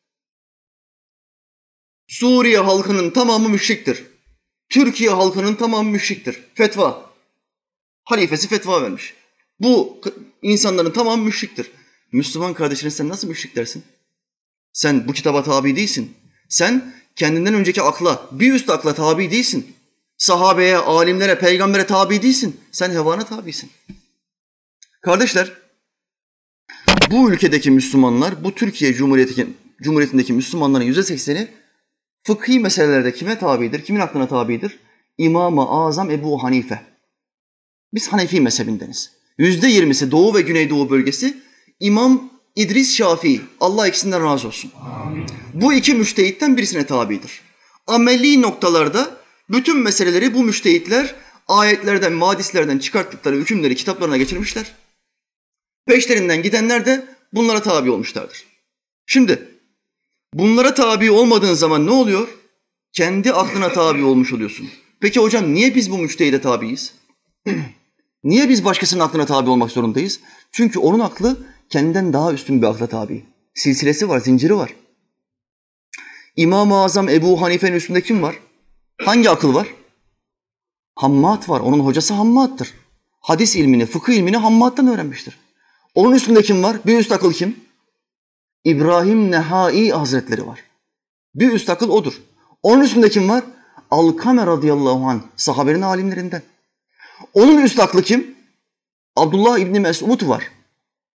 Suriye halkının tamamı müşriktir. Türkiye halkının tamamı müşriktir. Fetva. Halifesi fetva vermiş. Bu insanların tamamı müşriktir. Müslüman kardeşine sen nasıl müşrik dersin? Sen bu kitaba tabi değilsin. Sen kendinden önceki akla, bir üst akla tabi değilsin. Sahabeye, alimlere, peygambere tabi değilsin. Sen hevana tabisin. Kardeşler, bu ülkedeki Müslümanlar, bu Türkiye Cumhuriyeti'ndeki Müslümanların yüzde sekseni fıkhi meselelerde kime tabidir, kimin aklına tabidir? İmam-ı Azam Ebu Hanife. Biz Hanefi mezhebindeniz. Yüzde yirmisi Doğu ve Güneydoğu bölgesi İmam İdris Şafii. Allah ikisinden razı olsun. Amin. Bu iki müştehitten birisine tabidir. Ameli noktalarda bütün meseleleri bu müştehitler ayetlerden, hadislerden çıkarttıkları hükümleri kitaplarına geçirmişler. Peşlerinden gidenler de bunlara tabi olmuşlardır. Şimdi bunlara tabi olmadığın zaman ne oluyor? Kendi aklına tabi olmuş oluyorsun. Peki hocam niye biz bu müştehide tabiiz? Niye biz başkasının aklına tabi olmak zorundayız? Çünkü onun aklı kendinden daha üstün bir akla tabi. Silsilesi var, zinciri var. İmam-ı Azam Ebu Hanife'nin üstünde kim var? Hangi akıl var? Hammad var. Onun hocası Hammad'dır. Hadis ilmini, fıkıh ilmini Hammad'dan öğrenmiştir. Onun üstünde kim var? Bir üst akıl kim? İbrahim Nehai Hazretleri var. Bir üst akıl odur. Onun üstünde kim var? Alkame radıyallahu anh, sahabenin alimlerinden. Onun üst aklı kim? Abdullah İbni Mes'ud var.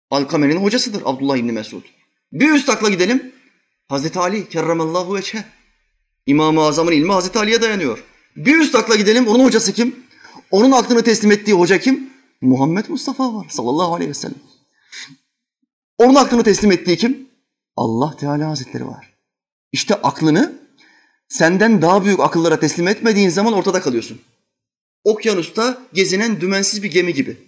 Alkame'nin hocasıdır Abdullah İbni Mesud. Bir üst akla gidelim. Hazreti Ali kerremallahu veçhe. İmam-ı Azam'ın ilmi Hazreti Ali'ye dayanıyor. Bir üst akla gidelim. Onun hocası kim? Onun aklını teslim ettiği hoca kim? Muhammed Mustafa var sallallahu aleyhi ve sellem. Onun aklını teslim ettiği kim? Allah Teala Hazretleri var. İşte aklını senden daha büyük akıllara teslim etmediğin zaman ortada kalıyorsun. Okyanusta gezinen dümensiz bir gemi gibi.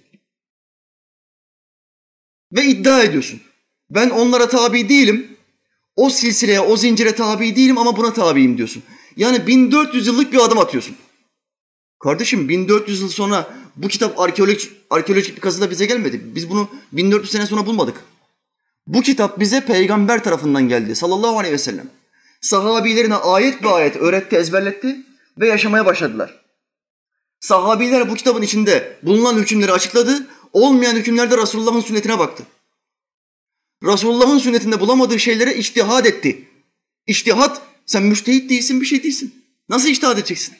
Ve iddia ediyorsun. Ben onlara tabi değilim. O silsileye, o zincire tabi değilim ama buna tabiyim diyorsun. Yani bin dört yüz yıllık bir adım atıyorsun. Kardeşim bin dört yüz yıl sonra bu kitap arkeolojik, arkeolojik bir kazıda bize gelmedi. Biz bunu bin dört yüz sene sonra bulmadık. Bu kitap bize peygamber tarafından geldi sallallahu aleyhi ve sellem. Sahabilerine ayet be ayet öğretti, ezberletti ve yaşamaya başladılar. Sahabiler bu kitabın içinde bulunan hükümleri açıkladı, olmayan hükümlerde Resulullah'ın sünnetine baktı. Resulullah'ın sünnetinde bulamadığı şeylere içtihad etti. İçtihat, sen müştehit değilsin, bir şey değilsin. Nasıl içtihad edeceksin?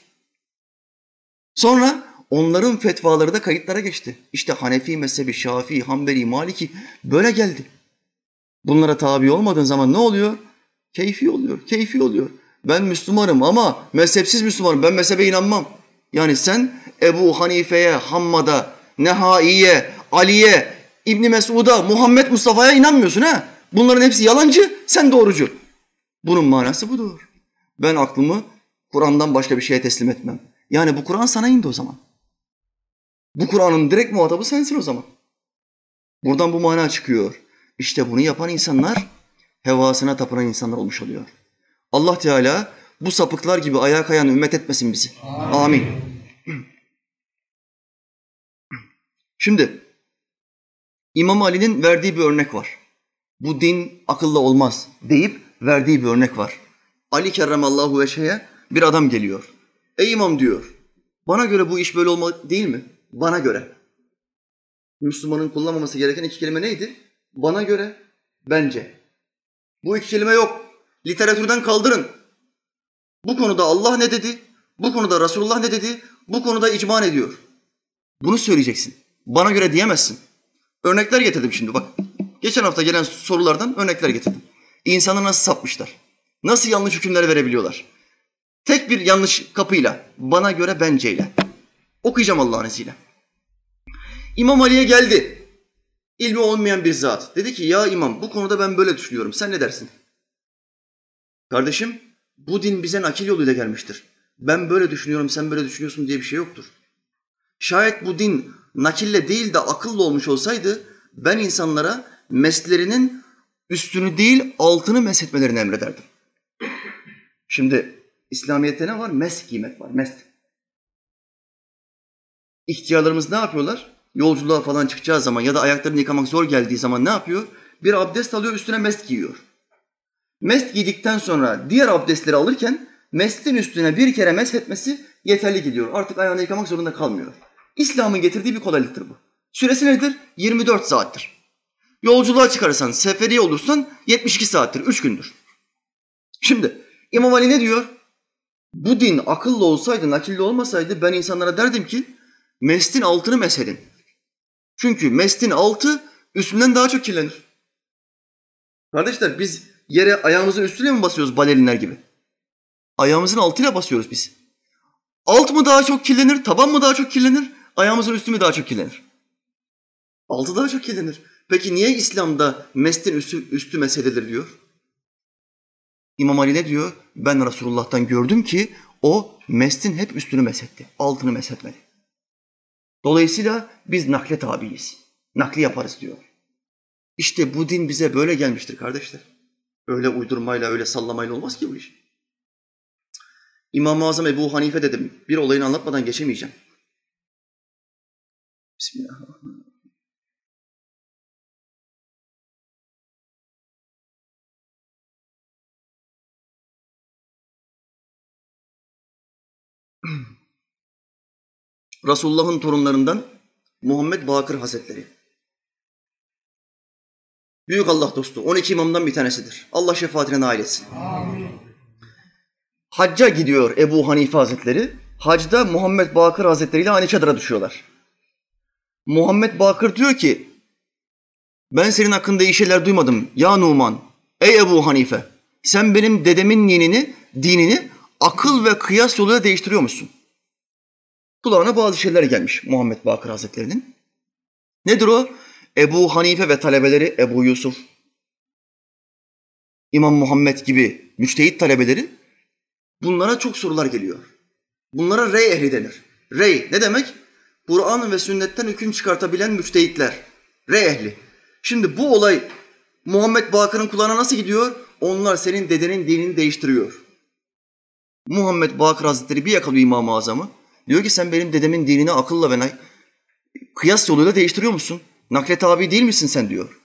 Sonra onların fetvaları da kayıtlara geçti. İşte Hanefi mezhebi, Şafii, Hanbeli, Maliki böyle geldi. Bunlara tabi olmadığın zaman ne oluyor? Keyfi oluyor, keyfi oluyor. Ben Müslümanım ama mezhepsiz Müslümanım, ben mezhebe inanmam. Yani sen Ebu Hanife'ye, Hammad'a, Nehai'ye, Ali'ye, İbni Mesud'a, Muhammed Mustafa'ya inanmıyorsun ha? Bunların hepsi yalancı, sen doğrucu. Bunun manası budur. Ben aklımı Kur'an'dan başka bir şeye teslim etmem. Yani bu Kur'an sana indi o zaman. Bu Kur'an'ın direkt muhatabı sensin o zaman. Buradan bu mana çıkıyor. İşte bunu yapan insanlar hevasına tapınan insanlar olmuş oluyor. Allah Teala bu sapıklar gibi ayağa kayan ümmet etmesin bizi. Amin. Amin. Şimdi İmam Ali'nin verdiği bir örnek var. Bu din akılla olmaz deyip verdiği bir örnek var. Ali kerremallahu veçhe'ye bir adam geliyor. Ey imam diyor, bana göre bu iş böyle olmalı değil mi? Bana göre. Müslümanın kullanmaması gereken iki kelime neydi? Bana göre, bence. Bu iki kelime yok. Literatürden kaldırın. Bu konuda Allah ne dedi? Bu konuda Resulullah ne dedi? Bu konuda icma ne diyor? Bunu söyleyeceksin. Bana göre diyemezsin. Örnekler getirdim şimdi bak. Geçen hafta gelen sorulardan örnekler getirdim. İnsanı nasıl sapmışlar? Nasıl yanlış hükümler verebiliyorlar? Tek bir yanlış kapıyla, bana göre benceyle. Okuyacağım Allah'ın izniyle. İmam Ali'ye geldi. İlmi olmayan bir zat. Dedi ki ya imam bu konuda ben böyle düşünüyorum. Sen ne dersin? Kardeşim bu din bize nakil yoluyla gelmiştir. Ben böyle düşünüyorum, sen böyle düşünüyorsun diye bir şey yoktur. Şayet bu din nakille değil de akılla olmuş olsaydı ben insanlara meslerinin üstünü değil altını meshetmelerini emrederdim. Şimdi İslamiyet'te ne var? Mes giymek var, mes. İhtiyarlarımız ne yapıyorlar? Yolculuğa falan çıkacağı zaman ya da ayaklarını yıkamak zor geldiği zaman ne yapıyor? Bir abdest alıyor, üstüne mest giyiyor. Mest giydikten sonra diğer abdestleri alırken mestin üstüne bir kere mesh etmesi yeterli gidiyor. Artık ayağını yıkamak zorunda kalmıyor. İslam'ın getirdiği bir kolaylıktır bu. Süresi nedir? yirmi dört saattir. Yolculuğa çıkarırsan, seferi olursan yetmiş iki saattir, üç gündür. Şimdi İmam Ali ne diyor? Bu din akıllı olsaydı, nakilli olmasaydı ben insanlara derdim ki mestin altını meshedin. Çünkü mestin altı üstünden daha çok kirlenir. Kardeşler biz yere ayağımızın üstüne mi basıyoruz balerinler gibi? Ayağımızın altıyla basıyoruz biz. Alt mı daha çok kirlenir, taban mı daha çok kirlenir, ayağımızın üstü mü daha çok kirlenir? Altı daha çok kirlenir. Peki niye İslam'da mestin üstü, üstü meshedilir diyor? İmam Ali ne diyor? Ben Resulullah'tan gördüm ki o mestin hep üstünü meshetti, altını meshetmedi. Dolayısıyla biz nakle tabiiz. Nakli yaparız diyor. İşte bu din bize böyle gelmiştir kardeşler. Öyle uydurmayla, öyle sallamayla olmaz ki bu iş. İmam-ı Azam Ebu Hanife dedim. Bir olayını anlatmadan geçemeyeceğim. Bismillahirrahmanirrahim. Resulullah'ın torunlarından Muhammed Bakır Hazretleri. Büyük Allah dostu, on iki imamdan bir tanesidir. Allah şefaatine nail etsin. Amin. Hacca gidiyor Ebu Hanife Hazretleri. Hacda Muhammed Bakır Hazretleri ile aynı çadıra düşüyorlar. Muhammed Bakır diyor ki, Ben senin hakkında iyi şeyler duymadım ya Numan. Ey Ebu Hanife, sen benim dedemin dinini, dinini akıl ve kıyas yoluyla değiştiriyormuşsun. Kulağına bazı şeyler gelmiş Muhammed Bakır Hazretleri'nin. Nedir o? Ebu Hanife ve talebeleri Ebu Yusuf, İmam Muhammed gibi müçtehit talebeleri, bunlara çok sorular geliyor. Bunlara rey ehli denir. Rey ne demek? Kur'an ve sünnetten hüküm çıkartabilen müçtehitler. Rey ehli. Şimdi bu olay Muhammed Bakır'ın kulağına nasıl gidiyor? Onlar senin dedenin dinini değiştiriyor. Muhammed Bakır Hazretleri bir yakalıyor İmam-ı Azam'ı. Diyor ki sen benim dedemin dinini akılla ve kıyas yoluyla değiştiriyor musun? Nakle tabi değil misin sen diyor.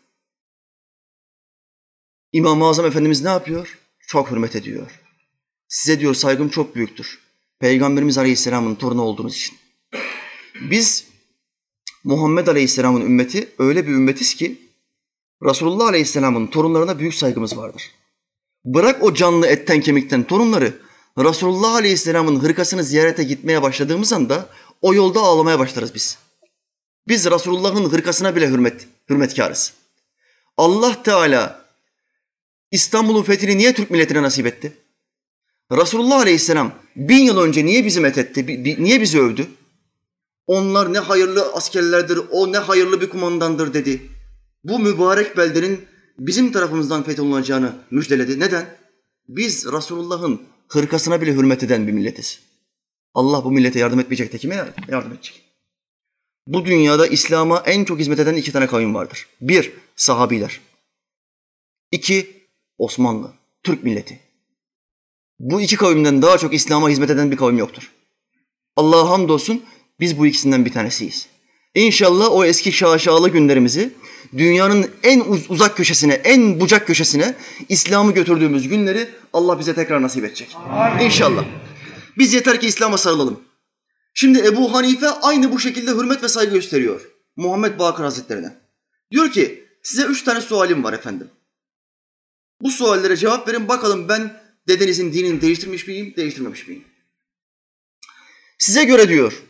İmam-ı Azam Efendimiz ne yapıyor? Çok hürmet ediyor. Size diyor saygım çok büyüktür. Peygamberimiz Aleyhisselam'ın torunu olduğunuz için. Biz Muhammed Aleyhisselam'ın ümmeti öyle bir ümmetiz ki Resulullah Aleyhisselam'ın torunlarına büyük saygımız vardır. Bırak o canlı etten kemikten torunları, Resulullah Aleyhisselam'ın hırkasını ziyarete gitmeye başladığımız anda o yolda ağlamaya başlarız biz. Biz Resulullah'ın hırkasına bile hürmet, hürmetkarız. Allah Teala İstanbul'un fethini niye Türk milletine nasip etti? Resulullah Aleyhisselam bin yıl önce niye bizi methetti, niye bizi övdü? Onlar ne hayırlı askerlerdir, o ne hayırlı bir kumandandır dedi. Bu mübarek beldenin bizim tarafımızdan fetholunacağını müjdeledi. Neden? Biz Resulullah'ın hırkasına bile hürmet eden bir milletiz. Allah bu millete yardım etmeyecek de kime yardım edecek? Bu dünyada İslam'a en çok hizmet eden iki tane kavim vardır. Bir, sahabiler. İki, Osmanlı, Türk milleti. Bu iki kavimden daha çok İslam'a hizmet eden bir kavim yoktur. Allah'a hamdolsun biz bu ikisinden bir tanesiyiz. İnşallah o eski şaşalı günlerimizi, dünyanın en uz- uzak köşesine, en bucak köşesine İslam'ı götürdüğümüz günleri Allah bize tekrar nasip edecek. Amin. İnşallah. Biz yeter ki İslam'a sarılalım. Şimdi Ebu Hanife aynı bu şekilde hürmet ve saygı gösteriyor Muhammed Bakır Hazretlerine. Diyor ki size üç tane sualim var efendim. Bu suallere cevap verin bakalım ben dedenizin dinini değiştirmiş miyim, değiştirmemiş miyim? Size göre diyor,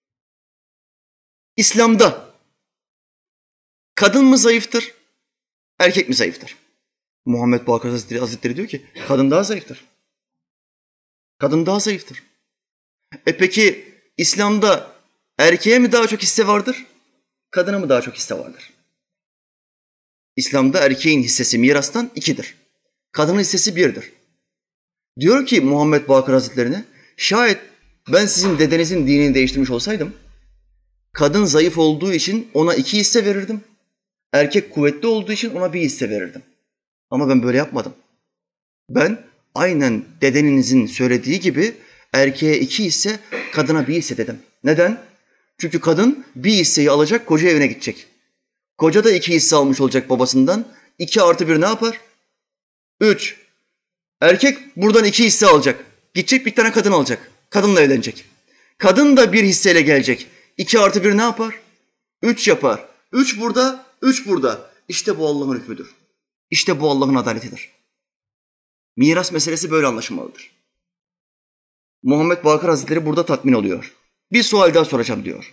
İslam'da kadın mı zayıftır, erkek mi zayıftır? Muhammed Bakır Hazretleri, Hazretleri diyor ki kadın daha zayıftır. Kadın daha zayıftır. E peki İslam'da erkeğe mi daha çok hisse vardır, kadına mı daha çok hisse vardır? İslam'da erkeğin hissesi mirastan ikidir. Kadının hissesi birdir. Diyor ki Muhammed Bakır Hazretlerine, şayet ben sizin dedenizin dinini değiştirmiş olsaydım, kadın zayıf olduğu için ona iki hisse verirdim. Erkek kuvvetli olduğu için ona bir hisse verirdim. Ama ben böyle yapmadım. Ben aynen dedenizin söylediği gibi erkeğe iki hisse, kadına bir hisse dedim. Neden? Çünkü kadın bir hisseyi alacak, koca evine gidecek. Koca da iki hisse almış olacak babasından. İki artı bir ne yapar? Üç. Erkek buradan iki hisse alacak. Gidecek bir tane kadın alacak. Kadınla evlenecek. Kadın da bir hisseyle gelecek. İki artı bir ne yapar? Üç yapar. Üç burada, üç burada. İşte bu Allah'ın hükmüdür. İşte bu Allah'ın adaletidir. Miras meselesi böyle anlaşılmalıdır. Muhammed Bakır Hazretleri burada tatmin oluyor. Bir sual daha soracağım diyor.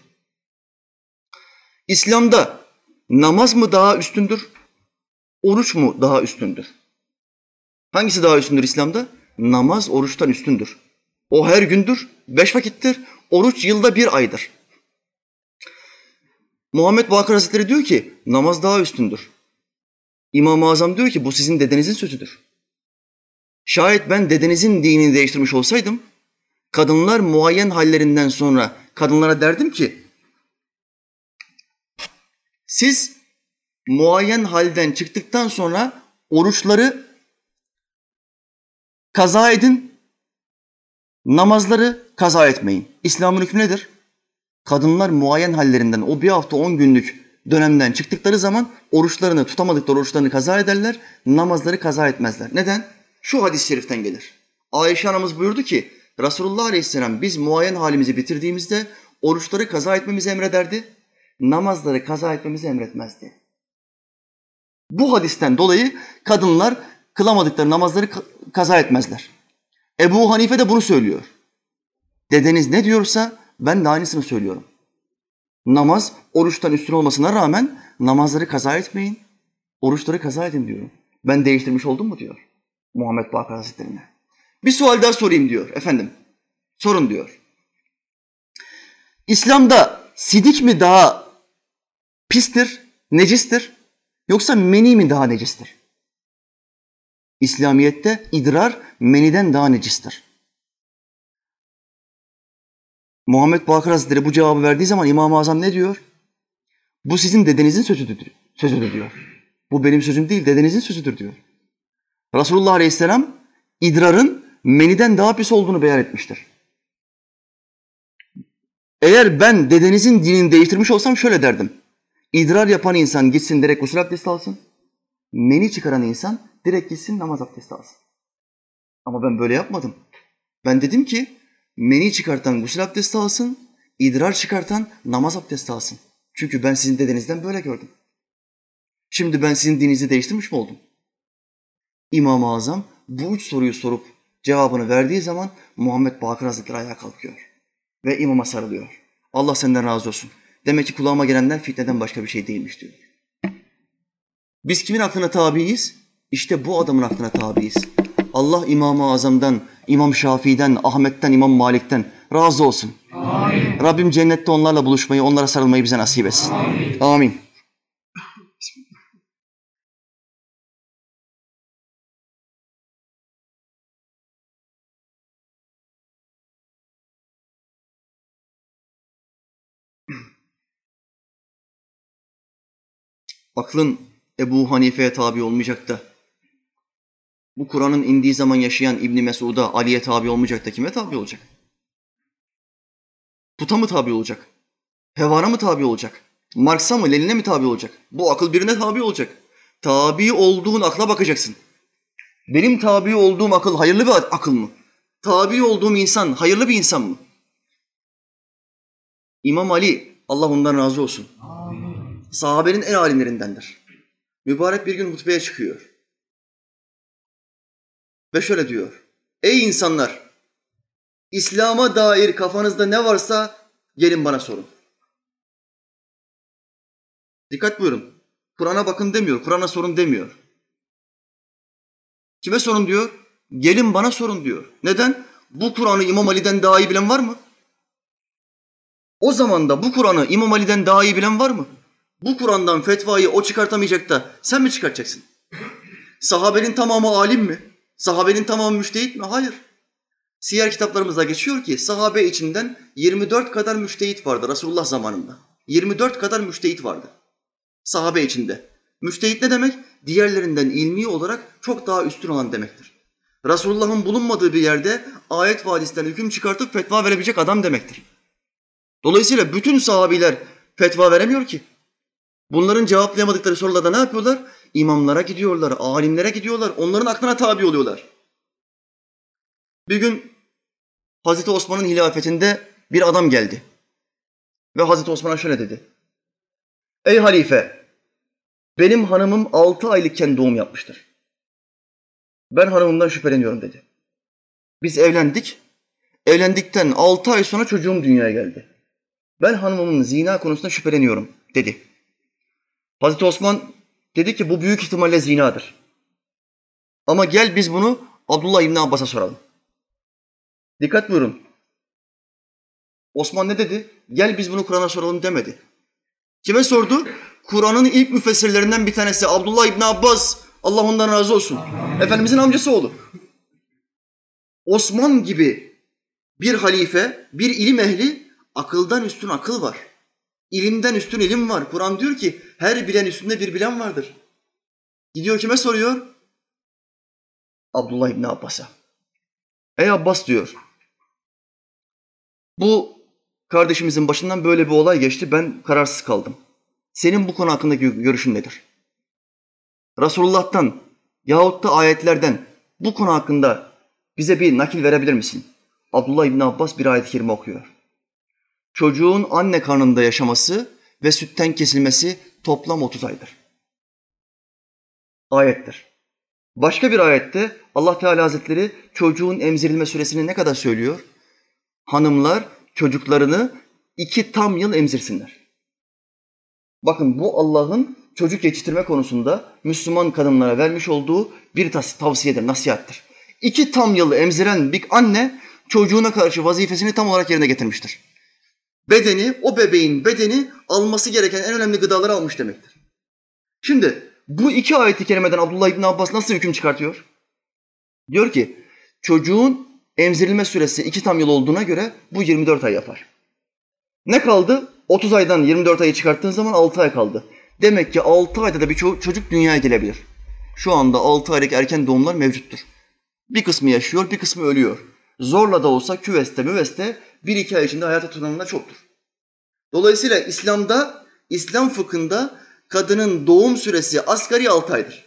İslam'da namaz mı daha üstündür, oruç mu daha üstündür? Hangisi daha üstündür İslam'da? Namaz oruçtan üstündür. O her gündür, beş vakittir, oruç yılda bir aydır. Muhammed Bakır Hazretleri diyor ki namaz daha üstündür. İmam-ı Azam diyor ki bu sizin dedenizin sözüdür. Şayet ben dedenizin dinini değiştirmiş olsaydım, kadınlar muayyen hallerinden sonra kadınlara derdim ki, siz muayyen halden çıktıktan sonra oruçları kaza edin, namazları kaza etmeyin. İslam'ın hükmü nedir? Kadınlar muayyen hallerinden o bir hafta on günlük dönemden çıktıkları zaman oruçlarını tutamadıkları oruçlarını kaza ederler, namazları kaza etmezler. Neden? Şu hadis-i şeriften gelir. Ayşe anamız buyurdu ki Resulullah Aleyhisselam biz muayyen halimizi bitirdiğimizde oruçları kaza etmemizi emrederdi, namazları kaza etmemizi emretmezdi. Bu hadisten dolayı kadınlar kılamadıkları namazları kaza etmezler. Ebu Hanife de bunu söylüyor. Dedeniz ne diyorsa ben de aynısını söylüyorum. Namaz oruçtan üstün olmasına rağmen namazları kaza etmeyin, Oruçları kaza edin diyor. Ben değiştirmiş oldum mu diyor Muhammed Bakır Hazretleri'ne. Bir sual daha sorayım diyor efendim. Sorun diyor. İslam'da sidik mi daha pistir, necistir yoksa meni mi daha necistir? İslamiyet'te idrar meniden daha necistir. Muhammed Bakır Hazretleri bu cevabı verdiği zaman İmam-ı Azam ne diyor? Bu sizin dedenizin sözüdür, sözüdür diyor. Bu benim sözüm değil, dedenizin sözüdür diyor. Resulullah Aleyhisselam idrarın meniden daha pis olduğunu beyan etmiştir. Eğer ben dedenizin dinini değiştirmiş olsam şöyle derdim. İdrar yapan insan gitsin direkt gusül abdesti alsın. Meni çıkaran insan direkt gitsin namaz abdesti alsın. Ama ben böyle yapmadım. Ben dedim ki meni çıkartan gusül abdesti alsın, idrar çıkartan namaz abdesti alsın. Çünkü ben sizin dedenizden böyle gördüm. Şimdi ben sizin dininizi değiştirmiş mi oldum? İmam-ı Azam bu üç soruyu sorup cevabını verdiği zaman Muhammed Bakır Hazretleri ayağa kalkıyor ve imama sarılıyor. Allah senden razı olsun. Demek ki kulağıma gelenler fitneden başka bir şey değilmiş diyor. Biz kimin aklına tabiiz? İşte bu adamın aklına tabiiz. Allah İmam-ı Azam'dan, İmam Şafii'den, Ahmet'ten, İmam Malik'ten razı olsun. Amin. Rabbim cennette onlarla buluşmayı, onlara sarılmayı bize nasip etsin. Amin. Amin. Aklın Ebu Hanife'ye tabi olmayacak da, bu Kur'an'ın indiği zaman yaşayan İbn Mesud'a, Ali'ye tabi olmayacak da kime tabi olacak? Puta mı tabi olacak? Hevana mı tabi olacak? Marx'a mı, Lenin'e mi tabi olacak? Bu akıl birine tabi olacak. Tabi olduğun akla bakacaksın. Benim tabi olduğum akıl hayırlı bir akıl mı? Tabi olduğum insan hayırlı bir insan mı? İmam Ali, Allah ondan razı olsun. Amin. Sahabenin en alimlerindendir. Mübarek bir gün hutbeye çıkıyor. Ve şöyle diyor. Ey insanlar! İslam'a dair kafanızda ne varsa gelin bana sorun. Dikkat buyurun. Kur'an'a bakın demiyor, Kur'an'a sorun demiyor. Kime sorun diyor? Gelin bana sorun diyor. Neden? Bu Kur'an'ı İmam Ali'den daha iyi bilen var mı? O zaman da bu Kur'an'ı İmam Ali'den daha iyi bilen var mı? Bu Kur'an'dan fetvayı o çıkartamayacak da sen mi çıkartacaksın? Sahabenin tamamı alim mi? Sahabenin tamamı müştehit mi? Hayır. Siyer kitaplarımızda geçiyor ki sahabe içinden yirmi dört kadar müştehit vardı Resulullah zamanında. yirmi dört kadar müştehit vardı sahabe içinde. Müştehit ne demek? Diğerlerinden ilmi olarak çok daha üstün olan demektir. Resulullah'ın bulunmadığı bir yerde ayet ve hadisten hüküm çıkartıp fetva verebilecek adam demektir. Dolayısıyla bütün sahabiler fetva veremiyor ki. Bunların cevaplayamadıkları sorularda ne yapıyorlar? İmamlara gidiyorlar, alimlere gidiyorlar, onların aklına tabi oluyorlar. Bir gün Hazreti Osman'ın hilafetinde bir adam geldi. Ve Hazreti Osman'a şöyle dedi. Ey halife, benim hanımım altı aylıkken doğum yapmıştır. Ben hanımımdan şüpheleniyorum dedi. Biz evlendik. Evlendikten altı ay sonra çocuğum dünyaya geldi. Ben hanımımın zina konusunda şüpheleniyorum dedi. Hazreti Osman dedi ki bu büyük ihtimalle zinadır. Ama gel biz bunu Abdullah İbni Abbas'a soralım. Dikkat buyurun. Osman ne dedi? Gel biz bunu Kur'an'a soralım demedi. Kime sordu? Kur'an'ın ilk müfessirlerinden bir tanesi Abdullah İbni Abbas. Allah ondan razı olsun. Efendimizin amcası oğlu. Osman gibi bir halife, bir ilim ehli, akıldan üstün akıl var. İlimden üstün ilim var. Kur'an diyor ki her bilen üstünde bir bilen vardır. Gidiyor kime soruyor? Abdullah İbni Abbas'a. Ey Abbas diyor. Bu kardeşimizin başından böyle bir olay geçti. Ben kararsız kaldım. Senin bu konu hakkındaki görüşün nedir? Resulullah'tan yahut da ayetlerden bu konu hakkında bize bir nakil verebilir misin? Abdullah İbni Abbas bir ayet-i kerime okuyor. Çocuğun anne karnında yaşaması ve sütten kesilmesi toplam otuz aydır. Ayettir. Başka bir ayette Allah Teala Hazretleri çocuğun emzirilme süresini ne kadar söylüyor? Hanımlar çocuklarını iki tam yıl emzirsinler. Bakın bu Allah'ın çocuk yetiştirme konusunda Müslüman kadınlara vermiş olduğu bir tavsiyedir, nasihattir. İki tam yıl emziren bir anne çocuğuna karşı vazifesini tam olarak yerine getirmiştir. Bedeni, o bebeğin bedeni alması gereken en önemli gıdaları almış demektir. Şimdi bu iki ayet-i kerimeden Abdullah İbni Abbas nasıl hüküm çıkartıyor? Diyor ki çocuğun emzirilme süresi iki tam yıl olduğuna göre bu yirmi dört ay yapar. Ne kaldı? otuz aydan yirmi dört ayı çıkarttığın zaman altı ay kaldı. Demek ki altı ayda da bir çocuk dünyaya gelebilir. Şu anda altı aylık erken doğumlar mevcuttur. Bir kısmı yaşıyor, bir kısmı ölüyor. Zorla da olsa küveste müveste bir iki ay içinde hayata tutanlar çoktur. Dolayısıyla İslam'da, İslam fıkhında kadının doğum süresi asgari altı aydır.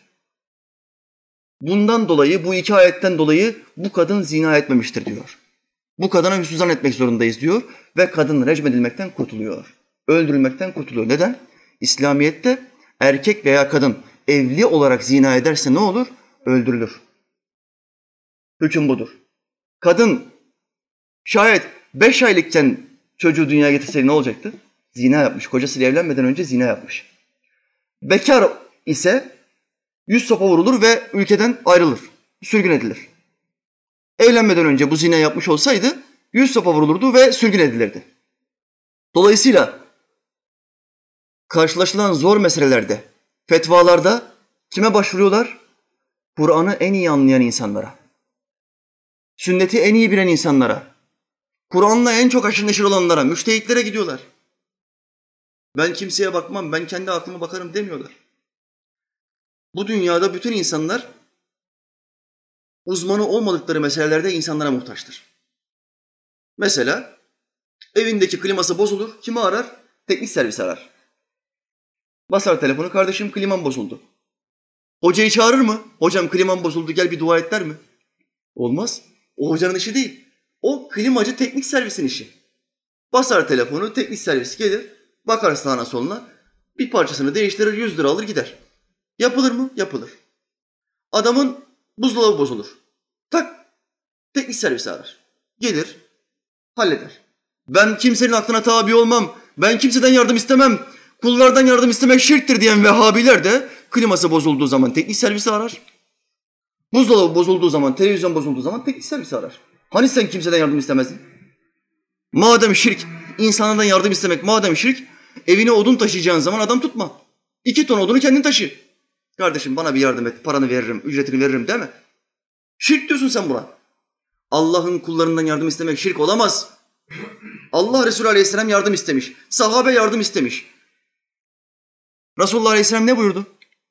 Bundan dolayı, bu iki ayetten dolayı bu kadın zina etmemiştir diyor. Bu kadına hüsnü zan etmek zorundayız diyor ve kadın recmedilmekten kurtuluyor. Öldürülmekten kurtuluyor. Neden? İslamiyet'te erkek veya kadın evli olarak zina ederse ne olur? Öldürülür. Hüküm budur. Kadın şayet beş aylıkken çocuğu dünyaya getirseydi ne olacaktı? Zina yapmış. Kocasıyla evlenmeden önce zina yapmış. Bekar ise yüz sopa vurulur ve ülkeden ayrılır. Sürgün edilir. Evlenmeden önce bu zina yapmış olsaydı yüz sopa vurulurdu ve sürgün edilirdi. Dolayısıyla karşılaşılan zor meselelerde, fetvalarda kime başvuruyorlar? Kur'an'ı en iyi anlayan insanlara. Sünneti en iyi bilen insanlara. Kur'an'la en çok haşır neşir olanlara, müştehitlere gidiyorlar. Ben kimseye bakmam, ben kendi aklıma bakarım demiyorlar. Bu dünyada bütün insanlar uzmanı olmadıkları meselelerde insanlara muhtaçtır. Mesela evindeki kliması bozulur, kimi arar? Teknik servisi arar. Basar telefonu, kardeşim klimam bozuldu. Hocayı çağırır mı? Hocam klimam bozuldu, gel bir dua et der mi? Olmaz. O hocanın işi değil. O klimacı teknik servisin işi. Basar telefonu, teknik servis gelir, bakar sağına soluna, bir parçasını değiştirir, yüz lira alır gider. Yapılır mı? Yapılır. Adamın buzdolabı bozulur. Tak, teknik servisi arar. Gelir, halleder. Ben kimsenin aklına tabi olmam, ben kimseden yardım istemem, kullardan yardım istemek şirktir diyen Vehhabiler de kliması bozulduğu zaman teknik servisi arar. Buzdolabı bozulduğu zaman, televizyon bozulduğu zaman teknik servisi arar. Hani sen kimseden yardım istemezdin? Madem şirk, insanlardan yardım istemek madem şirk, evine odun taşıyacağın zaman adam tutma. İki ton odunu kendin taşı. Kardeşim bana bir yardım et, paranı veririm, ücretini veririm deme. Şirk diyorsun sen buna. Allah'ın kullarından yardım istemek şirk olamaz. Allah Resulü Aleyhisselam yardım istemiş. Sahabe yardım istemiş. Resulullah Aleyhisselam ne buyurdu?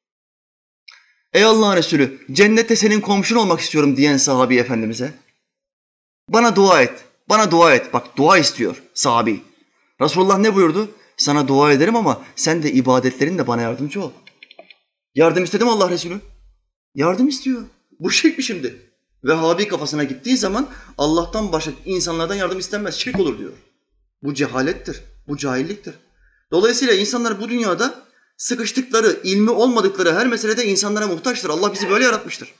Ey Allah'ın Resulü, cennette senin komşun olmak istiyorum diyen sahabi efendimize. Bana dua et, bana dua et. Bak dua istiyor sahabi. Resulullah ne buyurdu? Sana dua ederim ama sen de ibadetlerinle bana yardımcı ol. Yardım istedim Allah Resulü. Yardım istiyor. Bu şirk mi şimdi? Vehhabi kafasına gittiği zaman Allah'tan başka insanlardan yardım istenmez. Şirk olur diyor. Bu cehalettir. Bu cahilliktir. Dolayısıyla insanlar bu dünyada sıkıştıkları, ilmi olmadıkları her meselede insanlara muhtaçtır. Allah bizi böyle yaratmıştır.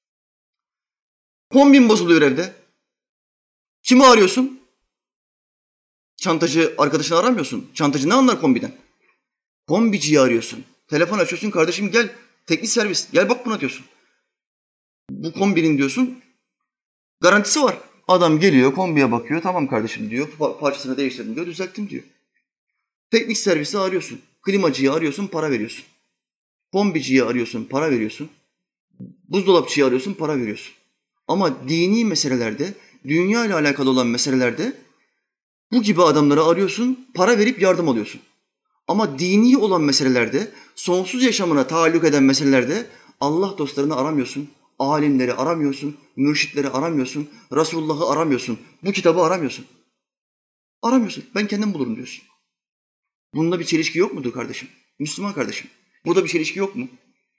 Kombin bozuluyor evde. Kimi arıyorsun? Çantacı arkadaşını aramıyorsun. Çantacı ne anlar kombiden? Kombiciyi arıyorsun. Telefon açıyorsun, kardeşim gel teknik servis, gel bak buna diyorsun. Bu kombinin diyorsun, garantisi var. Adam geliyor, kombiye bakıyor, tamam kardeşim diyor, parçasını değiştirdim diyor, düzelttim diyor. Teknik servisi arıyorsun, klimacıyı arıyorsun, para veriyorsun. Kombiciyi arıyorsun, para veriyorsun. Buzdolapçıyı arıyorsun, para veriyorsun. Ama dini meselelerde, dünya ile alakalı olan meselelerde bu gibi adamları arıyorsun, para verip yardım alıyorsun. Ama dini olan meselelerde, sonsuz yaşamına taalluk eden meselelerde Allah dostlarını aramıyorsun, alimleri aramıyorsun, mürşitleri aramıyorsun, Resulullah'ı aramıyorsun, bu kitabı aramıyorsun. Aramıyorsun, ben kendim bulurum diyorsun. Bunda bir çelişki yok mudur kardeşim? Müslüman kardeşim, burada bir çelişki yok mu?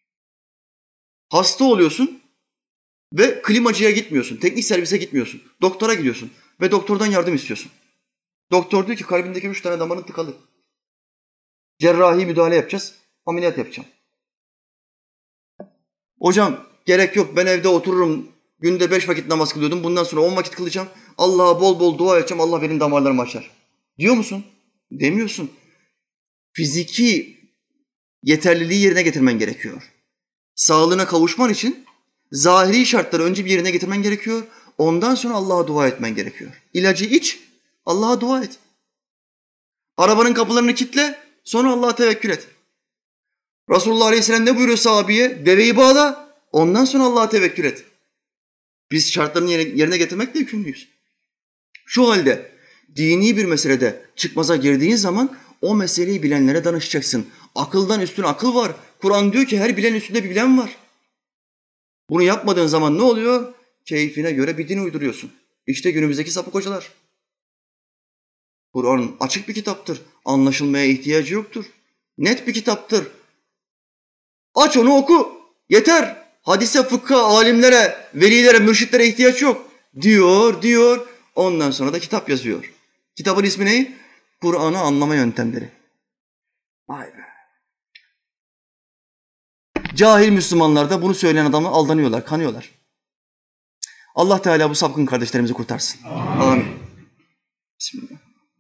Hasta oluyorsun ve klimacıya gitmiyorsun, teknik servise gitmiyorsun, doktora gidiyorsun ve doktordan yardım istiyorsun. Doktor diyor ki kalbindeki üç tane damarın tıkalı. Cerrahi müdahale yapacağız, ameliyat yapacağım. Hocam gerek yok, ben evde otururum, günde beş vakit namaz kılıyordum, bundan sonra on vakit kılacağım, Allah'a bol bol dua edeceğim, Allah benim damarlarımı açar. Diyor musun? Demiyorsun. Fiziki yeterliliği yerine getirmen gerekiyor. Sağlığına kavuşman için zahiri şartları önce bir yerine getirmen gerekiyor. Ondan sonra Allah'a dua etmen gerekiyor. İlacı iç, Allah'a dua et. Arabanın kapılarını kilitle, sonra Allah'a tevekkül et. Resulullah Aleyhisselam ne buyuruyor sahabeye? Deveyi bağla, ondan sonra Allah'a tevekkül et. Biz şartlarını yerine getirmekle yükümlüyüz. Şu halde dini bir meselede çıkmaza girdiğin zaman o meseleyi bilenlere danışacaksın. Akıldan üstün akıl var. Kur'an diyor ki her bilenin üstünde bir bilen var. Bunu yapmadığın zaman ne oluyor? Keyfine göre bir din uyduruyorsun. İşte günümüzdeki sapık hocalar. Kur'an açık bir kitaptır. Anlaşılmaya ihtiyacı yoktur. Net bir kitaptır. Aç onu oku. Yeter. Hadise, fıkha, alimlere, velilere, mürşitlere ihtiyaç yok. Diyor, diyor. Ondan sonra da kitap yazıyor. Kitabın ismi ne? Kur'an'ı anlama yöntemleri. Vay be. Cahil Müslümanlar da bunu söyleyen adamı aldanıyorlar, kanıyorlar. Allah Teala bu sapkın kardeşlerimizi kurtarsın. Amin. Amin. Bismillah.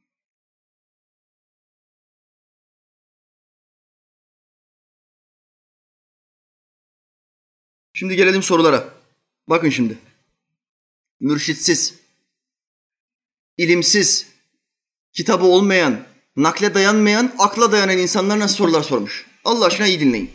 Şimdi gelelim sorulara. Bakın şimdi. Mürşitsiz, ilimsiz, kitabı olmayan, nakle dayanmayan, akla dayanan insanlar nasıl sorular sormuş? Allah aşkına iyi dinleyin.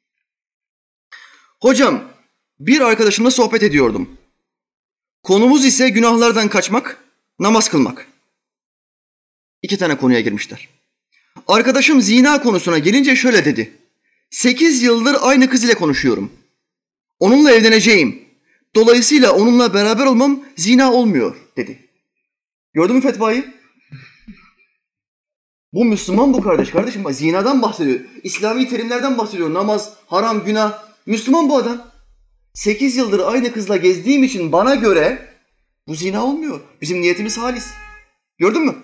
Hocam, bir arkadaşımla sohbet ediyordum. Konumuz ise günahlardan kaçmak, namaz kılmak. İki tane konuya girmişler. Arkadaşım zina konusuna gelince şöyle dedi. Sekiz yıldır aynı kız ile konuşuyorum. Onunla evleneceğim. Dolayısıyla onunla beraber olmam zina olmuyor dedi. Gördün mü fetvayı? Bu Müslüman bu kardeş. Kardeşim zinadan bahsediyor. İslami terimlerden bahsediyor. Namaz, haram, günah. Müslüman bu adam. Sekiz yıldır aynı kızla gezdiğim için bana göre bu zina olmuyor. Bizim niyetimiz halis. Gördün mü?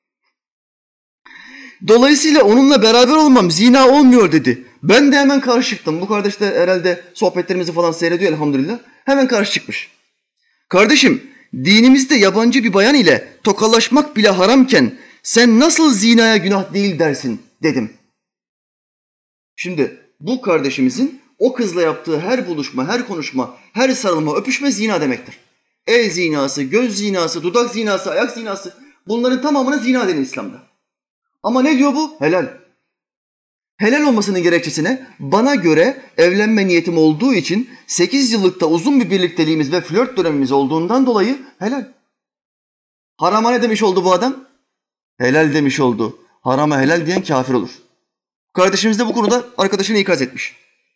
Dolayısıyla onunla beraber olmam zina olmuyor dedi. Ben de hemen karşı çıktım. Bu kardeş de herhalde sohbetlerimizi falan seyrediyor elhamdülillah. Hemen karşı çıkmış. Kardeşim, dinimizde yabancı bir bayan ile tokalaşmak bile haramken sen nasıl zinaya günah değil dersin dedim. Şimdi bu kardeşimizin o kızla yaptığı her buluşma, her konuşma, her sarılma, öpüşme zina demektir. El zinası, göz zinası, dudak zinası, ayak zinası bunların tamamına zina denir İslam'da. Ama ne diyor bu? Helal. Helal olmasının gerekçesine bana göre evlenme niyetim olduğu için sekiz yıllıkta uzun bir birlikteliğimiz ve flört dönemimiz olduğundan dolayı helal. Harama ne demiş oldu bu adam? Helal demiş oldu. Harama helal diyen kafir olur. Kardeşimiz de bu konuda arkadaşını ikaz etmiş.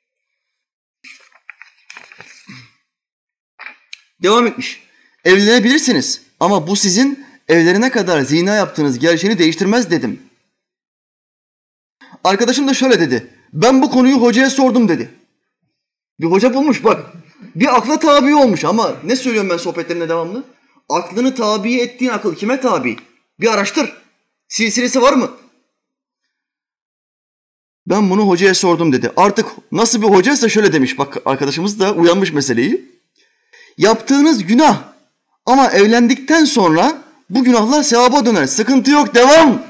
Devam etmiş. Evlenebilirsiniz ama bu sizin evlerine kadar zina yaptığınız gerçeğini değiştirmez dedim. Arkadaşım da şöyle dedi. Ben bu konuyu hocaya sordum dedi. Bir hoca bulmuş bak. Bir akla tabi olmuş ama ne söylüyorum ben sohbetlerine devamlı? Aklını tabi ettiğin akıl kime tabi? Bir araştır. Silsilesi var mı? Ben bunu hocaya sordum dedi. Artık nasıl bir hocaysa şöyle demiş. Bak arkadaşımız da uyanmış meseleyi. Yaptığınız günah ama evlendikten sonra bu günahlar sevaba döner. Sıkıntı yok, devam.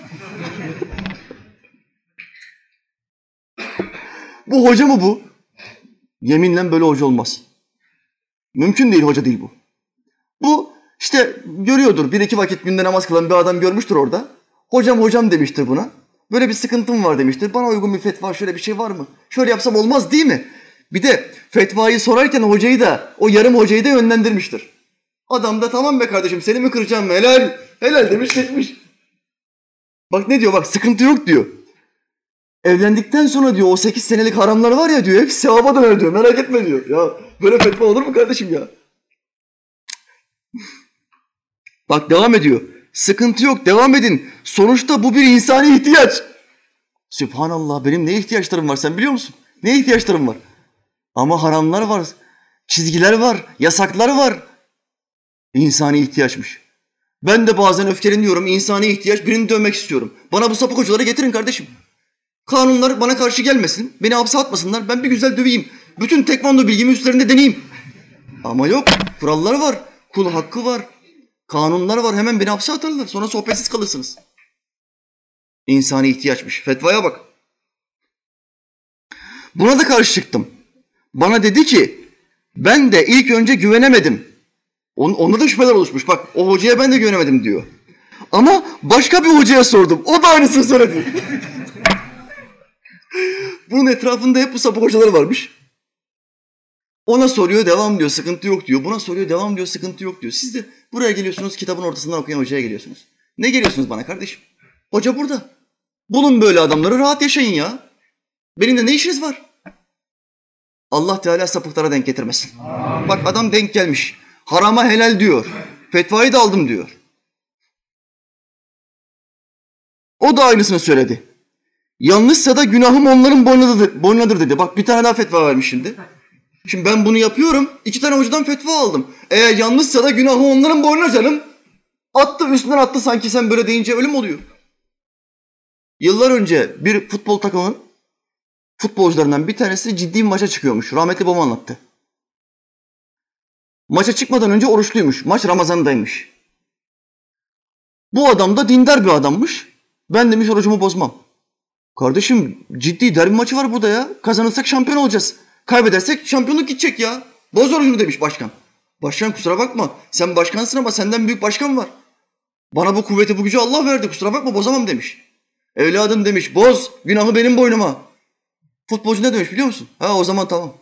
Bu hoca mı bu? Yeminle böyle hoca olmaz. Mümkün değil, hoca değil bu. Bu işte görüyordur, bir iki vakit günde namaz kılan bir adam görmüştür orada. Hocam hocam demiştir buna. Böyle bir sıkıntım var demiştir. Bana uygun bir fetva, şöyle bir şey var mı? Şöyle yapsam olmaz değil mi? Bir de fetvayı sorarken hocayı da, o yarım hocayı da yönlendirmiştir. Adam da tamam be kardeşim seni mi kıracağım, helal, helal demiş geçmiş. Bak ne diyor, bak sıkıntı yok diyor. Evlendikten sonra diyor o sekiz senelik haramlar var ya diyor, hepsi sevaba döner diyor, merak etme diyor. Ya böyle fetva olur mu kardeşim ya? Bak devam ediyor. Sıkıntı yok, devam edin. Sonuçta bu bir insani ihtiyaç. Sübhanallah, benim ne ihtiyaçlarım var sen biliyor musun? Ne ihtiyaçlarım var? Ama haramlar var, çizgiler var, yasaklar var. İnsani ihtiyaçmış. Ben de bazen öfkeleniyorum, insani ihtiyaç, birini dövmek istiyorum. Bana bu sapık hocaları getirin kardeşim. Kanunlar bana karşı gelmesin, beni hapse atmasınlar, ben bir güzel döveyim. Bütün tekvando bilgimi üstlerinde deneyeyim. Ama yok, kurallar var, kul hakkı var, kanunlar var, hemen beni hapse atarlar, sonra sohbetsiz kalırsınız. İnsani ihtiyaçmış, fetvaya bak. Buna da karşı çıktım. Bana dedi ki ben de ilk önce güvenemedim. On, onda da şüpheler oluşmuş. Bak o hocaya ben de güvenemedim diyor. Ama başka bir hocaya sordum. O da aynısını söyledi. Bunun etrafında hep bu sapık hocalar varmış. Ona soruyor devam diyor, sıkıntı yok diyor. Buna soruyor devam diyor, sıkıntı yok diyor. Siz de buraya geliyorsunuz, kitabın ortasından okuyan hocaya geliyorsunuz. Ne geliyorsunuz bana kardeşim? Hoca burada. Bulun böyle adamları, rahat yaşayın ya. Benimle ne işiniz var? Allah Teala sapıklara denk getirmesin. Amin. Bak adam denk gelmiş. Harama helal diyor. Fetvayı da aldım diyor. O da aynısını söyledi. Yanlışsa da günahım onların boynunadır, boynunadır dedi. Bak bir tane daha fetva vermiş şimdi. Şimdi ben bunu yapıyorum. İki tane hocadan fetva aldım. Eğer yanlışsa da günahı onların boynuna canım. Attı üstünden attı sanki sen böyle deyince ölüm oluyor. Yıllar önce bir futbol takımının futbolcularından bir tanesi ciddi bir maça çıkıyormuş. Rahmetli babam anlattı. Maça çıkmadan önce oruçluymuş. Maç Ramazan'daymış. Bu adam da dindar bir adammış. Ben demiş orucumu bozmam. Kardeşim ciddi derbi maçı var burada ya. Kazanırsak şampiyon olacağız. Kaybedersek şampiyonluk gidecek ya. Boz orucunu demiş başkan. Başkan kusura bakma. Sen başkansın ama senden büyük başkan var. Bana bu kuvveti bu gücü Allah verdi. Kusura bakma bozamam demiş. Evladım demiş boz. Günahı benim boynuma. Futbolcu ne demiş biliyor musun? Ha o zaman tamam.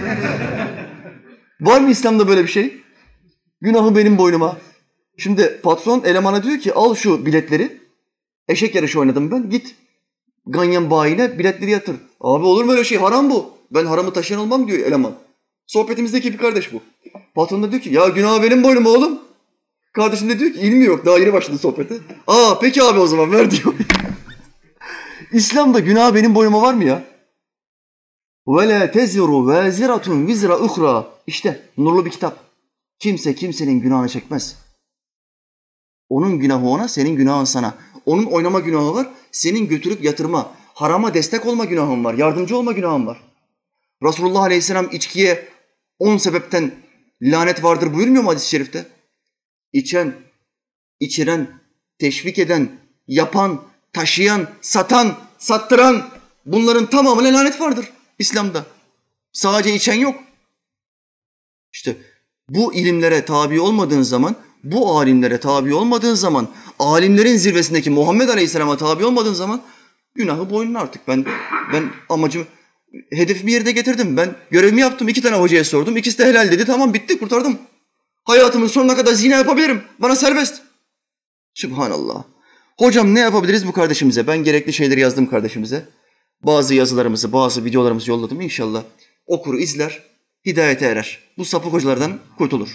Var mı İslam'da böyle bir şey? Günahı benim boynuma. Şimdi patron elemana diyor ki al şu biletleri. Eşek yarışı oynadım ben. Git ganyan bayine biletleri yatır. Abi olur mu öyle şey? Haram bu. Ben haramı taşıyan olmam diyor eleman. Sohbetimizdeki bir kardeş bu. Patron da diyor ki ya günahı benim boynuma oğlum. Kardeşim de diyor ki ilmi yok. Daha yeni başladı sohbete. Aa peki abi o zaman ver diyor. İslam'da günahı benim boynuma var mı ya? وَلَا تَزِرُ وَازِرَةٌ وِزْرَ اُخْرَى İşte nurlu bir kitap. Kimse kimsenin günahını çekmez. Onun günahı ona, senin günahın sana. Onun oynama günahı var, senin götürüp yatırma, harama destek olma günahın var, yardımcı olma günahın var. Resulullah Aleyhisselam içkiye on sebepten lanet vardır buyurmuyor mu hadis-i şerifte? İçen, içiren, teşvik eden, yapan, taşıyan, satan, sattıran bunların tamamına lanet vardır İslam'da. Sadece içen yok. İşte bu ilimlere tabi olmadığın zaman, bu alimlere tabi olmadığın zaman, alimlerin zirvesindeki Muhammed Aleyhisselam'a tabi olmadığın zaman günahı boynuna artık. Ben ben amacımı, hedefimi yerine getirdim. Ben görevimi yaptım. İki tane hocaya sordum. İkisi de helal dedi. Tamam bitti kurtardım. Hayatımın sonuna kadar zina yapabilirim. Bana serbest. Sübhanallah. Hocam ne yapabiliriz bu kardeşimize? Ben gerekli şeyleri yazdım kardeşimize. Bazı yazılarımızı, bazı videolarımızı yolladım. İnşallah okur, izler, hidayete erer. Bu sapık hocalardan kurtulur.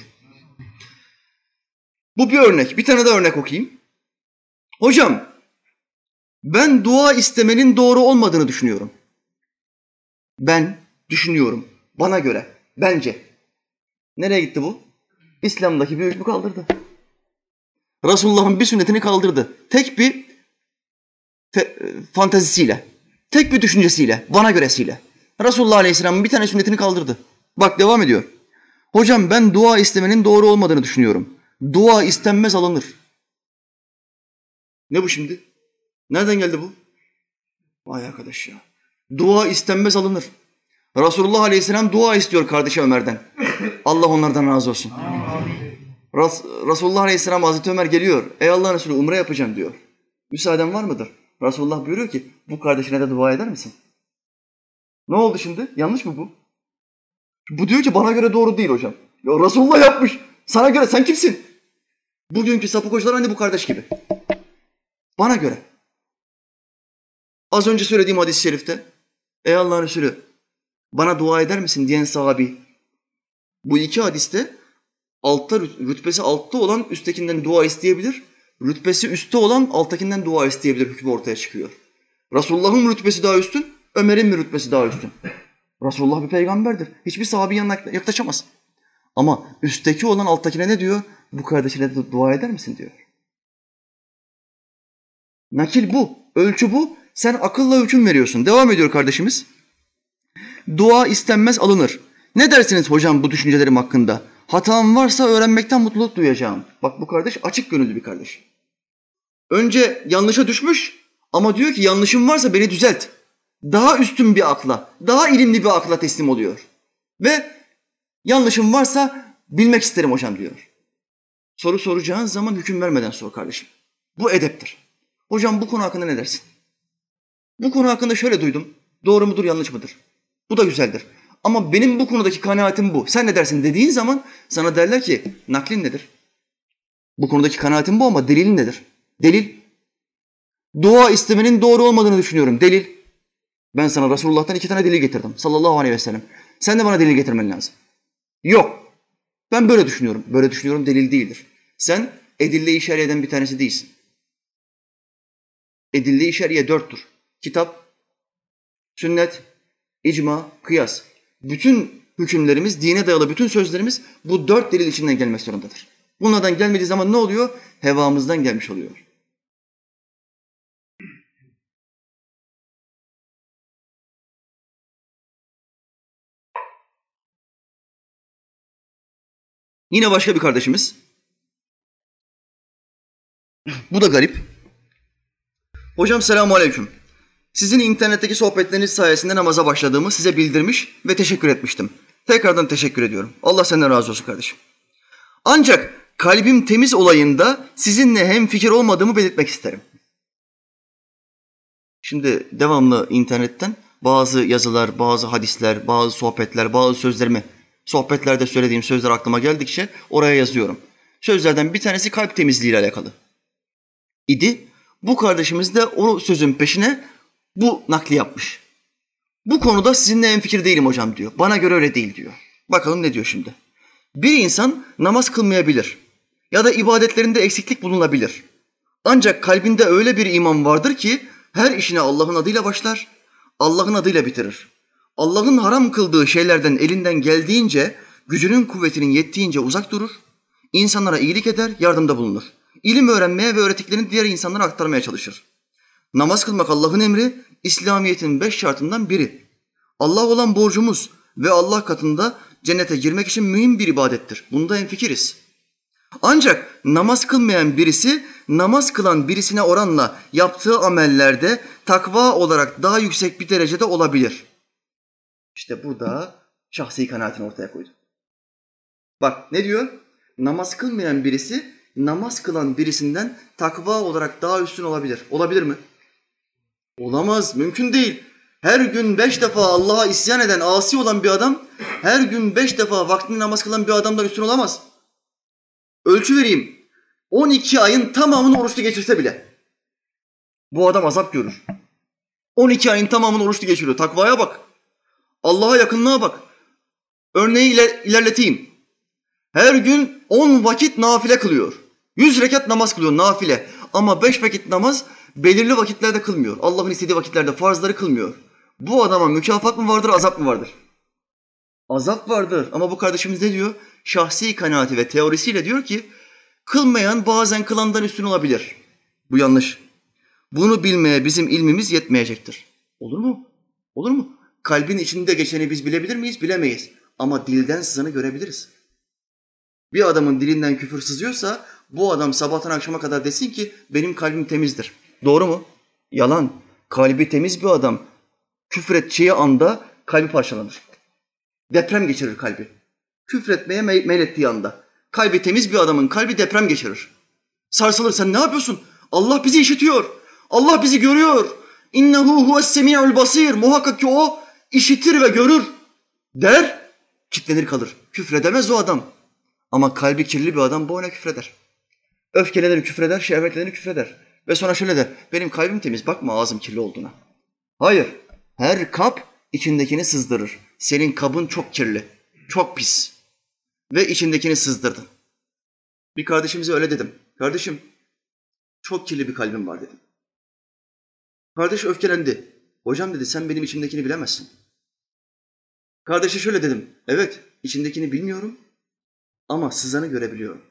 Bu bir örnek. Bir tane daha örnek okuyayım. Hocam, ben dua istemenin doğru olmadığını düşünüyorum. Ben düşünüyorum. Bana göre. Bence. Nereye gitti bu? İslam'daki bir hükmü kaldırdı. Resulullah'ın bir sünnetini kaldırdı. Tek bir fe, fantezisiyle, tek bir düşüncesiyle, bana göresiyle. Resulullah Aleyhisselam'ın bir tane sünnetini kaldırdı. Bak devam ediyor. Hocam ben dua istemenin doğru olmadığını düşünüyorum. Dua istenmez alınır. Ne bu şimdi? Nereden geldi bu? Vay arkadaş ya. Dua istenmez alınır. Resulullah Aleyhisselam dua istiyor kardeşi Ömer'den. Allah onlardan razı olsun. Ras Resulullah Aleyhisselam Hazreti Ömer geliyor. Ey Allah'ın Resulü umre yapacağım diyor. Müsaaden var mıdır? Resulullah buyuruyor ki bu kardeşine de dua eder misin? Ne oldu şimdi? Yanlış mı bu? Bu diyor ki bana göre doğru değil hocam. Ya Resulullah yapmış. Sana göre sen kimsin? Bugünkü sapık hocalar hani bu kardeş gibi. Bana göre. Az önce söylediğim hadis-i şerifte ey Allah'ın Resulü bana dua eder misin diyen sahabi. Bu iki hadiste altta rütbesi altta olan üsttekinden dua isteyebilir. Rütbesi üstte olan alttakinden dua isteyebilir hükmü ortaya çıkıyor. Resulullah'ın rütbesi daha üstün, Ömer'in mi rütbesi daha üstün? Resulullah bir peygamberdir. Hiçbir sahabi yanına yaklaşamaz. Ama üstteki olan alttakine ne diyor? Bu kardeşine de dua eder misin diyor. Nakil bu, ölçü bu. Sen akılla hüküm veriyorsun. Devam ediyor kardeşimiz. Dua istenmez alınır. Ne dersiniz hocam bu düşüncelerim hakkında? Hatam varsa öğrenmekten mutluluk duyacağım. Bak bu kardeş açık gönüllü bir kardeş. Önce yanlışa düşmüş ama diyor ki yanlışım varsa beni düzelt. daha üstün bir akla, daha ilimli bir akla teslim oluyor. Ve yanlışım varsa bilmek isterim hocam diyor. Soru soracağın zaman hüküm vermeden sor kardeşim. Bu edeptir. Hocam bu konu hakkında ne dersin? Bu konu hakkında şöyle duydum. Doğru mudur, yanlış mıdır? Bu da güzeldir. Ama benim bu konudaki kanaatim bu. Sen ne dersin dediğin zaman sana derler ki naklin nedir? Bu konudaki kanaatim bu ama delilin nedir? Delil. Dua istemenin doğru olmadığını düşünüyorum. Delil. Ben sana Resulullah'tan iki tane delil getirdim. Sallallahu aleyhi ve sellem. Sen de bana delil getirmen lazım. Yok. Ben böyle düşünüyorum. Böyle düşünüyorum delil değildir. Sen edille-i şer'iyeden bir tanesi değilsin. Edille-i şer'iye dörttür. Kitap, sünnet, icma, kıyas. Bütün hükümlerimiz, dine dayalı bütün sözlerimiz bu dört delil içinden gelmek zorundadır. Bunlardan gelmediği zaman ne oluyor? Hevamızdan gelmiş oluyor. Yine başka bir kardeşimiz. Bu da garip. Hocam selamun aleyküm. Sizin internetteki sohbetleriniz sayesinde namaza başladığımı size bildirmiş ve teşekkür etmiştim. Tekrardan teşekkür ediyorum. Allah senden razı olsun kardeşim. Ancak kalbim temiz olayında sizinle hemfikir olmadığımı belirtmek isterim. Şimdi devamlı internetten bazı yazılar, bazı hadisler, bazı sohbetler, bazı sözlerimi, sohbetlerde söylediğim sözler aklıma geldikçe oraya yazıyorum. Sözlerden bir tanesi kalp temizliği ile alakalı idi. Bu kardeşimiz de o sözün peşine bu nakli yapmış. Bu konuda sizinle hemfikir değilim hocam diyor. Bana göre öyle değil diyor. Bakalım ne diyor şimdi. Bir insan namaz kılmayabilir ya da ibadetlerinde eksiklik bulunabilir. Ancak kalbinde öyle bir iman vardır ki her işine Allah'ın adıyla başlar, Allah'ın adıyla bitirir. Allah'ın haram kıldığı şeylerden elinden geldiğince, gücünün kuvvetinin yettiğince uzak durur, insanlara iyilik eder, yardımda bulunur. İlim öğrenmeye ve öğrettiklerini diğer insanlara aktarmaya çalışır. Namaz kılmak Allah'ın emri, İslamiyet'in beş şartından biri. Allah olan borcumuz ve Allah katında cennete girmek için mühim bir ibadettir. Bunda hemfikiriz. Ancak namaz kılmayan birisi, namaz kılan birisine oranla yaptığı amellerde takva olarak daha yüksek bir derecede olabilir. İşte burada şahsi kanaatini ortaya koydu. Bak ne diyor? Namaz kılmayan birisi, namaz kılan birisinden takva olarak daha üstün olabilir. Olabilir mi? Olamaz, mümkün değil. Her gün beş defa Allah'a isyan eden, asi olan bir adam, her gün beş defa vaktini namaz kılan bir adamdan üstün olamaz. Ölçü vereyim. on iki ayın tamamını oruçlu geçirse bile bu adam azap görür. on iki ayın tamamını oruçlu geçiriyor. Takvaya bak. Allah'a yakınlığa bak. Örneği iler- ilerleteyim. Her gün on vakit nafile kılıyor. yüz rekat namaz kılıyor nafile. Ama beş vakit namaz belirli vakitlerde kılmıyor. Allah'ın istediği vakitlerde farzları kılmıyor. Bu adama mükafat mı vardır, azap mı vardır? Azap vardır. Ama bu kardeşimiz ne diyor? Şahsi kanaati ve teorisiyle diyor ki, kılmayan bazen kılandan üstün olabilir. Bu yanlış. Bunu bilmeye bizim ilmimiz yetmeyecektir. Olur mu? Olur mu? Kalbin içinde geçeni biz bilebilir miyiz? Bilemeyiz. Ama dilden sızanı görebiliriz. Bir adamın dilinden küfür sızıyorsa, bu adam sabahtan akşama kadar desin ki benim kalbim temizdir. Doğru mu? Yalan. Kalbi temiz bir adam küfredeceği anda kalbi parçalanır. Deprem geçirir kalbi. Küfretmeye me- meylettiği anda. Kalbi temiz bir adamın kalbi deprem geçirir. Sarsılır. Sen ne yapıyorsun? Allah bizi işitiyor. Allah bizi görüyor. İnnehu huves-semi'ul basir. Muhakkak ki o işitir ve görür der. Kitlenir kalır. Küfredemez o adam. Ama kalbi kirli bir adam boyuna küfreder. Öfkelenir küfreder, şehvetlenir küfreder. Ve sonra şöyle der. Benim kalbim temiz. Bakma ağzım kirli olduğuna. Hayır. Her kap içindekini sızdırır. Senin kabın çok kirli. Çok pis. Ve içindekini sızdırdın. Bir kardeşimize öyle dedim. Kardeşim, çok kirli bir kalbim var dedim. Kardeş öfkelendi. Hocam dedi, sen benim içimdekini bilemezsin. Kardeşe şöyle dedim. Evet, içindekini bilmiyorum ama sızanı görebiliyorum.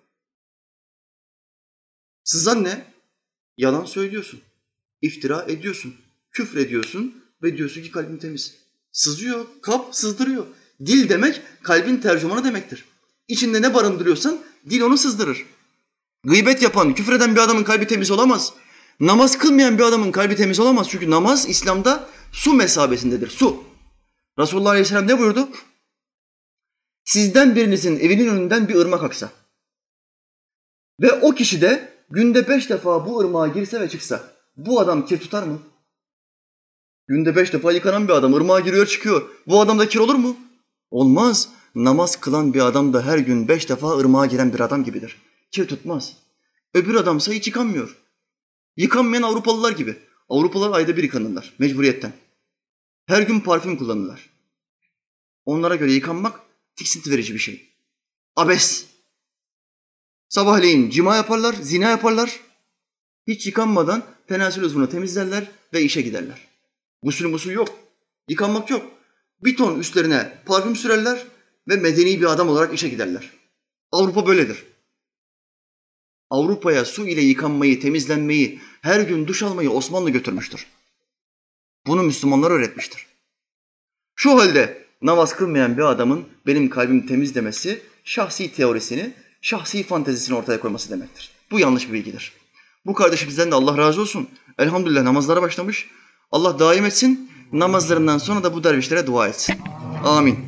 Sızan ne? Yalan söylüyorsun. İftira ediyorsun. Küfür ediyorsun ve diyorsun ki kalbim temiz. Sızıyor, kap sızdırıyor. Dil demek kalbin tercümanı demektir. İçinde ne barındırıyorsan dil onu sızdırır. Gıybet yapan, küfreden bir adamın kalbi temiz olamaz. Namaz kılmayan bir adamın kalbi temiz olamaz. Çünkü namaz İslam'da Su mesabesindedir, su. Resulullah Aleyhisselam ne buyurdu? Sizden birinizin evinin önünden bir ırmak aksa ve o kişi de günde beş defa bu ırmağa girse ve çıksa, bu adam kir tutar mı? Günde beş defa yıkanan bir adam ırmağa giriyor çıkıyor. Bu adamda kir olur mu? Olmaz. Namaz kılan bir adam da her gün beş defa ırmağa giren bir adam gibidir. Kir tutmaz. Öbür adamsa hiç yıkanmıyor. Yıkanmayan Avrupalılar gibi. Avrupalılar ayda bir yıkanırlar mecburiyetten. Her gün parfüm kullanırlar. Onlara göre yıkanmak tiksinti verici bir şey. Abes. Sabahleyin cima yaparlar, zina yaparlar. Hiç yıkanmadan tenasül uzvunu temizlerler ve işe giderler. Gusül musul yok. Yıkanmak yok. Bir ton üstlerine parfüm sürerler ve medeni bir adam olarak işe giderler. Avrupa böyledir. Avrupa'ya su ile yıkanmayı, temizlenmeyi, her gün duş almayı Osmanlı götürmüştür. Bunu Müslümanlar öğretmiştir. Şu halde namaz kılmayan bir adamın benim kalbim temiz demesi, şahsi teorisini, şahsi fantezisini ortaya koyması demektir. Bu yanlış bir bilgidir. Bu kardeşimizden de Allah razı olsun. Elhamdülillah namazlara başlamış. Allah daim etsin. Namazlarından sonra da bu dervişlere dua etsin. Amin.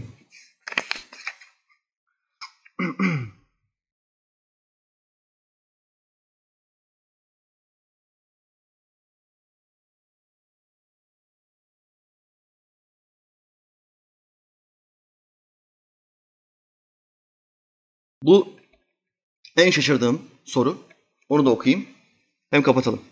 Bu en şaşırdığım soru. Onu da okuyayım. Hem kapatalım.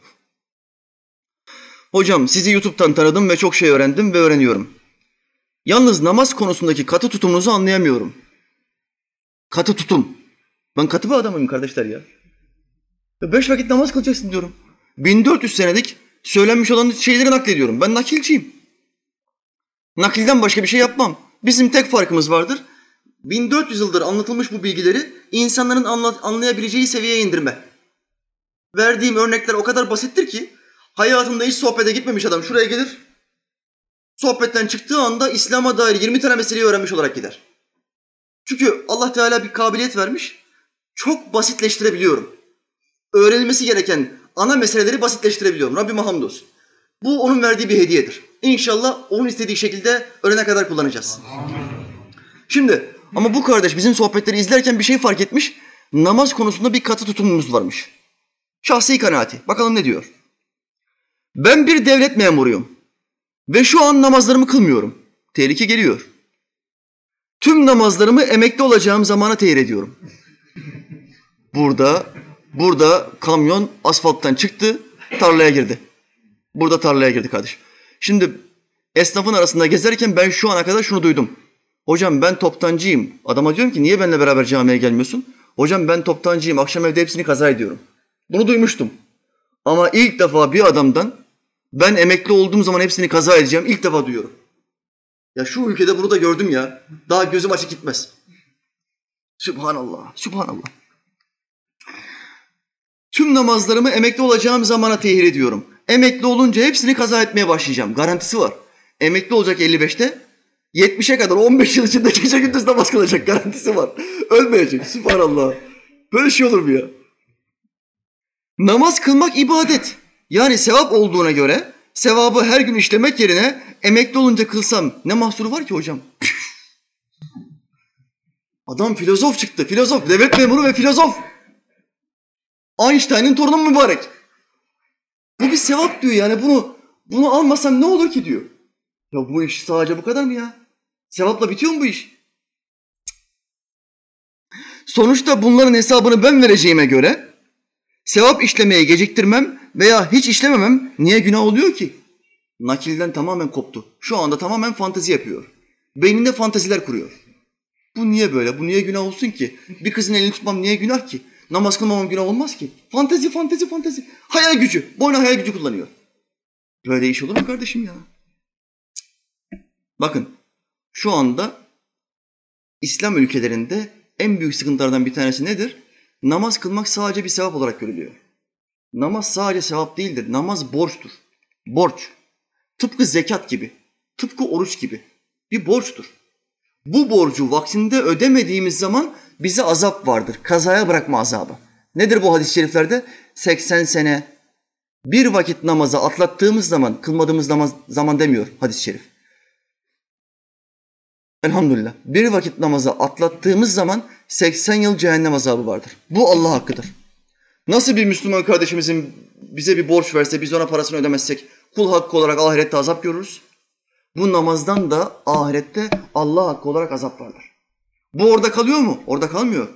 Hocam sizi YouTube'dan tanıdım ve çok şey öğrendim ve öğreniyorum. Yalnız namaz konusundaki katı tutumunuzu anlayamıyorum. Katı tutum. Ben katı bir adamım kardeşler ya. Beş vakit namaz kılacaksın diyorum. bin dört yüz senelik söylenmiş olan şeyleri naklediyorum. Ben nakilciyim. Nakilden başka bir şey yapmam. Bizim tek farkımız vardır. bin dört yüz yıldır anlatılmış bu bilgileri insanların anla- anlayabileceği seviyeye indirme. Verdiğim örnekler o kadar basittir ki hayatında hiç sohbete gitmemiş adam şuraya gelir. Sohbetten çıktığı anda İslam'a dair yirmi tane meseleyi öğrenmiş olarak gider. Çünkü Allah Teala bir kabiliyet vermiş. Çok basitleştirebiliyorum. Öğrenilmesi gereken ana meseleleri basitleştirebiliyorum. Rabbime hamdolsun. Bu onun verdiği bir hediyedir. İnşallah onun istediği şekilde ölene kadar kullanacağız. Şimdi ama bu kardeş bizim sohbetleri izlerken bir şey fark etmiş. Namaz konusunda bir katı tutumumuz varmış. Şahsi kanaati. Bakalım ne diyor? Ben bir devlet memuruyum ve şu an namazlarımı kılmıyorum. Tehlike geliyor. Tüm namazlarımı emekli olacağım zamana tehir ediyorum. Burada, burada kamyon asfalttan çıktı, tarlaya girdi. Burada tarlaya girdi kardeş. Şimdi esnafın arasında gezerken ben şu ana kadar şunu duydum. Hocam ben toptancıyım. Adama diyorum ki niye benimle beraber camiye gelmiyorsun? Hocam ben toptancıyım. Akşam evde hepsini kaza ediyorum. Bunu duymuştum. Ama ilk defa bir adamdan ben emekli olduğum zaman hepsini kaza edeceğim. İlk defa duyuyorum. Ya şu ülkede bunu da gördüm ya. Daha gözüm açık gitmez. Sübhanallah, Sübhanallah. Tüm namazlarımı emekli olacağım zamana tehir ediyorum. Emekli olunca hepsini kaza etmeye başlayacağım. Garantisi var. Emekli olacak elli beşte, yetmişe kadar on beş yıl içinde gece gündüz namaz kılacak. Garantisi var. Ölmeyecek. Sübhanallah. Böyle şey olur mu ya? Namaz kılmak ibadet. Yani sevap olduğuna göre sevabı her gün işlemek yerine emekli olunca kılsam ne mahsuru var ki hocam? Adam filozof çıktı. Filozof. Devlet memuru ve filozof. Einstein'ın torunu mübarek. Bu bir sevap diyor yani bunu bunu almasam ne olur ki diyor. Ya bu iş sadece bu kadar mı ya? Sevapla bitiyor mu bu iş? Sonuçta bunların hesabını ben vereceğime göre sevap işlemeyi geciktirmem veya hiç işlememem niye günah oluyor ki? Nakilden tamamen koptu. Şu anda tamamen fantezi yapıyor. Beyninde fanteziler kuruyor. Bu niye böyle? Bu niye günah olsun ki? Bir kızın elini tutmam niye günah ki? Namaz kılmamam günah olmaz ki. Fantezi, fantezi, fantezi. Hayal gücü. Boyuna hayal gücü kullanıyor. Böyle iş olur mu kardeşim ya? Bakın şu anda İslam ülkelerinde en büyük sıkıntılardan bir tanesi nedir? Namaz kılmak sadece bir sevap olarak görülüyor. Namaz sadece sevap değildir. Namaz borçtur. Borç. Tıpkı zekat gibi. Tıpkı oruç gibi. Bir borçtur. Bu borcu vaktinde ödemediğimiz zaman bize azap vardır. Kazaya bırakma azabı. Nedir bu hadis-i şeriflerde? seksen sene, Bir vakit namazı atlattığımız zaman, kılmadığımız namaz zaman demiyor hadis-i şerif. Elhamdülillah. Bir vakit namazı atlattığımız zaman seksen yıl cehennem azabı vardır. Bu Allah hakkıdır. Nasıl bir Müslüman kardeşimizin bize bir borç verse, biz ona parasını ödemezsek kul hakkı olarak ahirette azap görürüz. Bu namazdan da ahirette Allah hakkı olarak azap vardır. Bu orada kalıyor mu? Orada kalmıyor.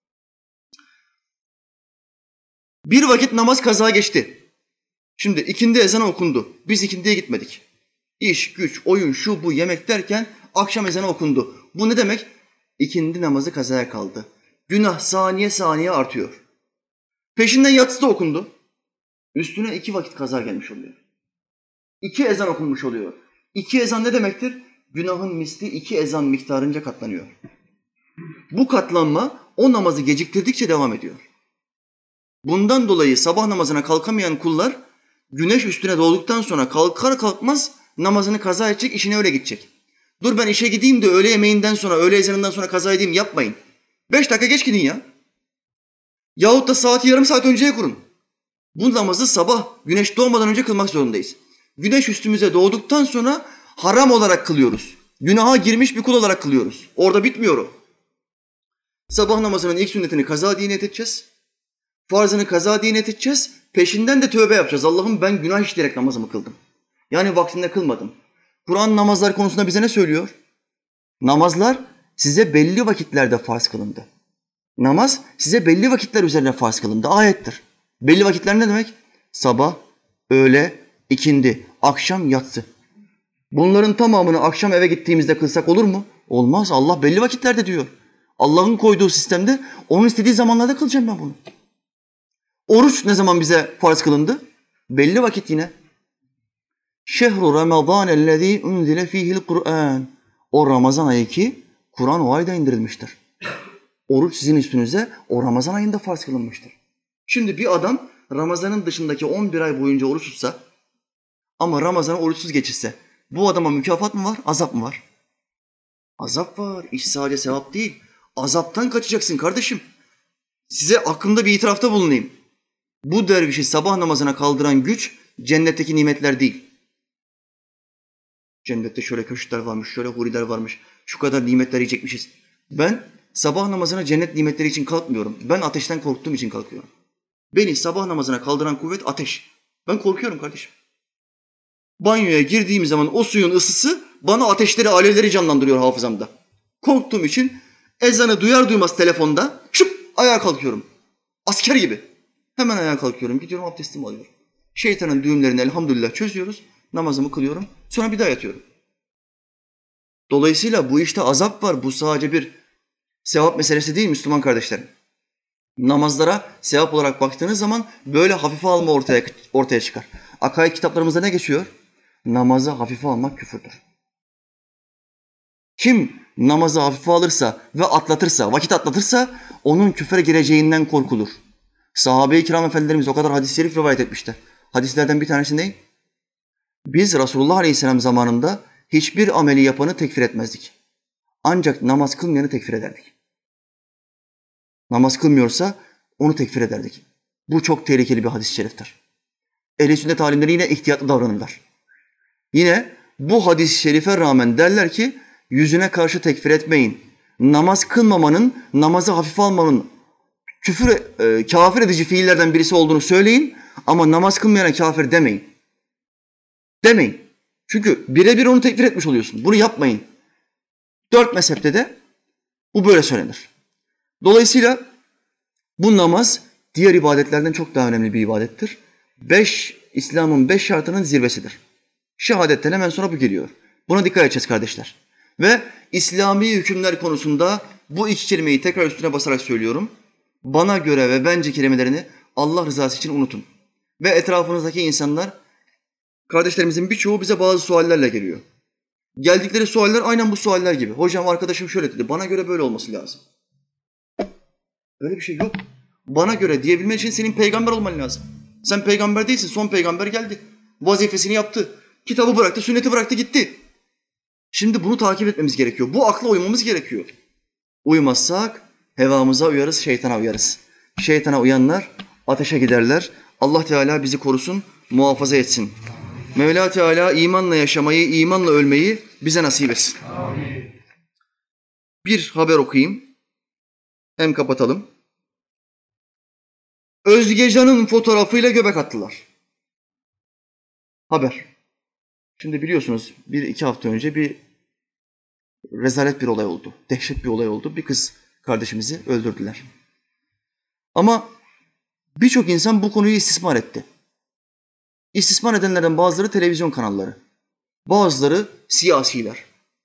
Bir vakit namaz kaza geçti. Şimdi ikindi ezanı okundu. Biz ikindiye gitmedik. İş, güç, oyun, şu bu yemek derken akşam ezanı okundu. Bu ne demek? İkindi namazı kazaya kaldı. Günah saniye saniye artıyor. Peşinden yatsı da okundu. Üstüne iki vakit kaza gelmiş oluyor. İki ezan okunmuş oluyor. İki ezan ne demektir? Günahın misli iki ezan miktarınca katlanıyor. Bu katlanma o namazı geciktirdikçe devam ediyor. Bundan dolayı sabah namazına kalkamayan kullar güneş üstüne doğduktan sonra kalkar kalkmaz namazını kaza edecek, işine öyle gidecek. Dur ben işe gideyim de öğle yemeğinden sonra, öğle ezanından sonra kaza edeyim yapmayın. Beş dakika geç gidin ya. Yahut da saati yarım saat önceye kurun. Bu namazı sabah güneş doğmadan önce kılmak zorundayız. Güneş üstümüze doğduktan sonra haram olarak kılıyoruz. Günaha girmiş bir kul olarak kılıyoruz. Orada bitmiyor o. Sabah namazının ilk sünnetini kaza diye niyet edeceğiz. Farzını kaza diye niyet edeceğiz. Peşinden de tövbe yapacağız. Allah'ım ben günah işleyerek namazımı kıldım. Yani vaktinde kılmadım. Kur'an namazlar konusunda bize ne söylüyor? Namazlar size belli vakitlerde farz kılındı. Namaz size belli vakitler üzerine farz kılındı. Ayettir. Belli vakitler ne demek? Sabah, öğle, ikindi, akşam, yatsı. Bunların tamamını akşam eve gittiğimizde kılsak olur mu? Olmaz. Allah belli vakitlerde diyor. Allah'ın koyduğu sistemde onun istediği zamanlarda kılacağım ben bunu. Oruç ne zaman bize farz kılındı? Belli vakit yine. Şehru Ramazan ellezî unzile fîhil Kur'an. O Ramazan ayı ki Kur'an o ayda indirilmiştir. Oruç sizin üstünüze o Ramazan ayında farz kılınmıştır. Şimdi bir adam Ramazan'ın dışındaki on bir ay boyunca oruç tutsa ama Ramazan'ı oruçsuz geçirse bu adama mükafat mı var, azap mı var? Azap var. İş sadece sevap değil. Azaptan kaçacaksın kardeşim. Size aklımda bir itirafta bulunayım. Bu dervişi sabah namazına kaldıran güç cennetteki nimetler değil. Cennette şöyle köşkler varmış, şöyle huriler varmış, şu kadar nimetler yiyecekmişiz. Ben sabah namazına cennet nimetleri için kalkmıyorum. Ben ateşten korktuğum için kalkıyorum. Beni sabah namazına kaldıran kuvvet ateş. Ben korkuyorum kardeşim. Banyoya girdiğim zaman o suyun ısısı bana ateşleri, alevleri canlandırıyor hafızamda. Korktuğum için ezanı duyar duymaz telefonda şıp ayağa kalkıyorum. Asker gibi. Hemen ayağa kalkıyorum, gidiyorum abdestimi alıyorum. Şeytanın düğümlerini elhamdülillah çözüyoruz. Namazımı kılıyorum. Sonra bir daha yatıyorum. Dolayısıyla bu işte azap var. Bu sadece bir sevap meselesi değil Müslüman kardeşlerim. Namazlara sevap olarak baktığınız zaman böyle hafife alma ortaya, ortaya çıkar. Akaid kitaplarımızda ne geçiyor? Namazı hafife almak küfürdür. Kim namazı hafife alırsa ve atlatırsa, vakit atlatırsa onun küfre gireceğinden korkulur. Sahabe-i kiram efendilerimiz o kadar hadis-i şerif rivayet etmişler. Hadislerden bir tanesi ne? Biz Resulullah Aleyhisselam zamanında hiçbir ameli yapanı tekfir etmezdik. Ancak namaz kılmayanı tekfir ederdik. Namaz kılmıyorsa onu tekfir ederdik. Bu çok tehlikeli bir hadis-i şeriftir. Ehl-i sünnet alimleri yine ihtiyatlı davranırlar. Yine bu hadis-i şerife rağmen derler ki yüzüne karşı tekfir etmeyin. Namaz kılmamanın, namazı hafife almanın küfür, e, kafir edici fiillerden birisi olduğunu söyleyin ama namaz kılmayana kafir demeyin. Demeyin. Çünkü birebir onu tekfir etmiş oluyorsun. Bunu yapmayın. Dört mezhepte de bu böyle söylenir. Dolayısıyla bu namaz diğer ibadetlerden çok daha önemli bir ibadettir. Beş, İslam'ın beş şartının zirvesidir. Şehadetten hemen sonra bu geliyor. Buna dikkat edeceğiz kardeşler. Ve İslami hükümler konusunda bu iki kelimeyi tekrar üstüne basarak söylüyorum. Bana göre ve bence kelimelerini Allah rızası için unutun. Ve etrafınızdaki insanlar, kardeşlerimizin birçoğu bize bazı suallerle geliyor. Geldikleri sualler aynen bu sualler gibi. Hocam arkadaşım şöyle dedi, bana göre böyle olması lazım. Öyle bir şey yok. Bana göre diyebilmen için senin peygamber olman lazım. Sen peygamber değilsin, son peygamber geldi. Vazifesini yaptı. Kitabı bıraktı, sünneti bıraktı, gitti. Şimdi bunu takip etmemiz gerekiyor. Bu akla uymamız gerekiyor. Uymazsak hevamıza uyarız, şeytana uyarız. Şeytana uyanlar ateşe giderler. Allah Teala bizi korusun, muhafaza etsin. Mevla Teala imanla yaşamayı, imanla ölmeyi bize nasip etsin. Amin. Bir haber okuyayım. Hem kapatalım. Özgecan'ın fotoğrafıyla göbek attılar. Haber. Şimdi biliyorsunuz bir iki hafta önce bir rezalet bir olay oldu. Dehşet bir olay oldu. Bir kız kardeşimizi öldürdüler. Ama birçok insan bu konuyu istismar etti. İstismar edenlerden bazıları televizyon kanalları. Bazıları siyasiler.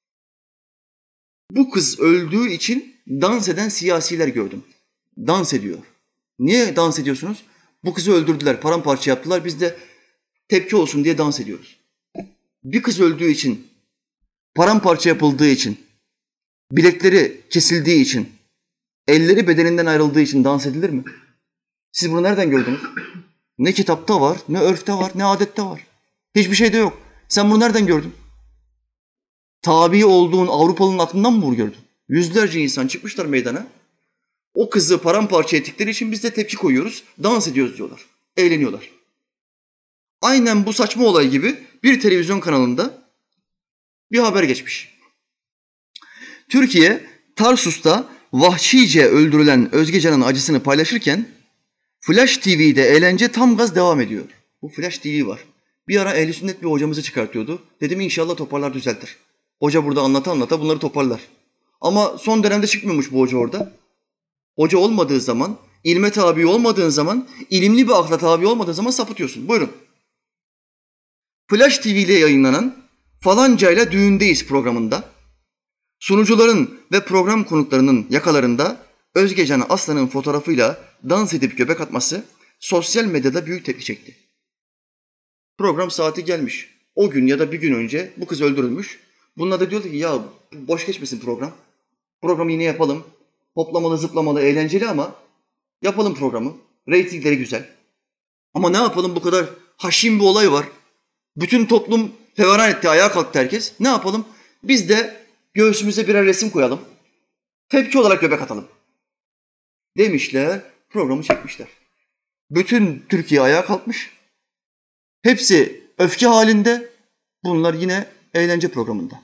Bu kız öldüğü için dans eden siyasiler gördüm. Dans ediyor. Niye dans ediyorsunuz? Bu kızı öldürdüler, paramparça yaptılar. Biz de tepki olsun diye dans ediyoruz. Bir kız öldüğü için, paramparça yapıldığı için, bilekleri kesildiği için, elleri bedeninden ayrıldığı için dans edilir mi? Siz bunu nereden gördünüz? Ne kitapta var, ne örfte var, ne adette var. Hiçbir şeyde yok. Sen bunu nereden gördün? Tabi olduğun Avrupalı'nın aklından mı bunu gördün? Yüzlerce insan çıkmışlar meydana. O kızı paramparça ettikleri için biz de tepki koyuyoruz, dans ediyoruz diyorlar. Eğleniyorlar. Aynen bu saçma olay gibi bir televizyon kanalında bir haber geçmiş. Türkiye, Tarsus'ta vahşice öldürülen Özgecan'ın acısını paylaşırken Flash T V'de eğlence tam gaz devam ediyor. Bu Flash T V var. Bir ara ehli sünnet bir hocamızı çıkartıyordu. Dedim inşallah toparlar düzeltir. Hoca burada anlata anlata bunları toparlar. Ama son dönemde çıkmıyormuş bu hoca orada. Hoca olmadığı zaman, ilme tabi olmadığın zaman, ilimli bir akla tabi olmadığı zaman sapıtıyorsun. Buyurun. Flash T V'de yayınlanan Falancayla Düğündeyiz programında sunucuların ve program konuklarının yakalarında Özgecan Aslan'ın fotoğrafıyla dans edip göbek atması sosyal medyada büyük tepki çekti. Program saati gelmiş. O gün ya da bir gün önce bu kız öldürülmüş. Bunlar da diyordu ki ya boş geçmesin program. Programı yine yapalım. Hoplamalı, zıplamalı, eğlenceli ama yapalım programı. Reytingleri güzel. Ama ne yapalım bu kadar haşin bir olay var. Bütün toplum feveran etti, ayağa kalktı herkes. Ne yapalım? Biz de göğsümüze birer resim koyalım. Tepki olarak göbek atalım. Demişler, programı çekmişler. Bütün Türkiye ayağa kalkmış. Hepsi öfke halinde. Bunlar yine eğlence programında.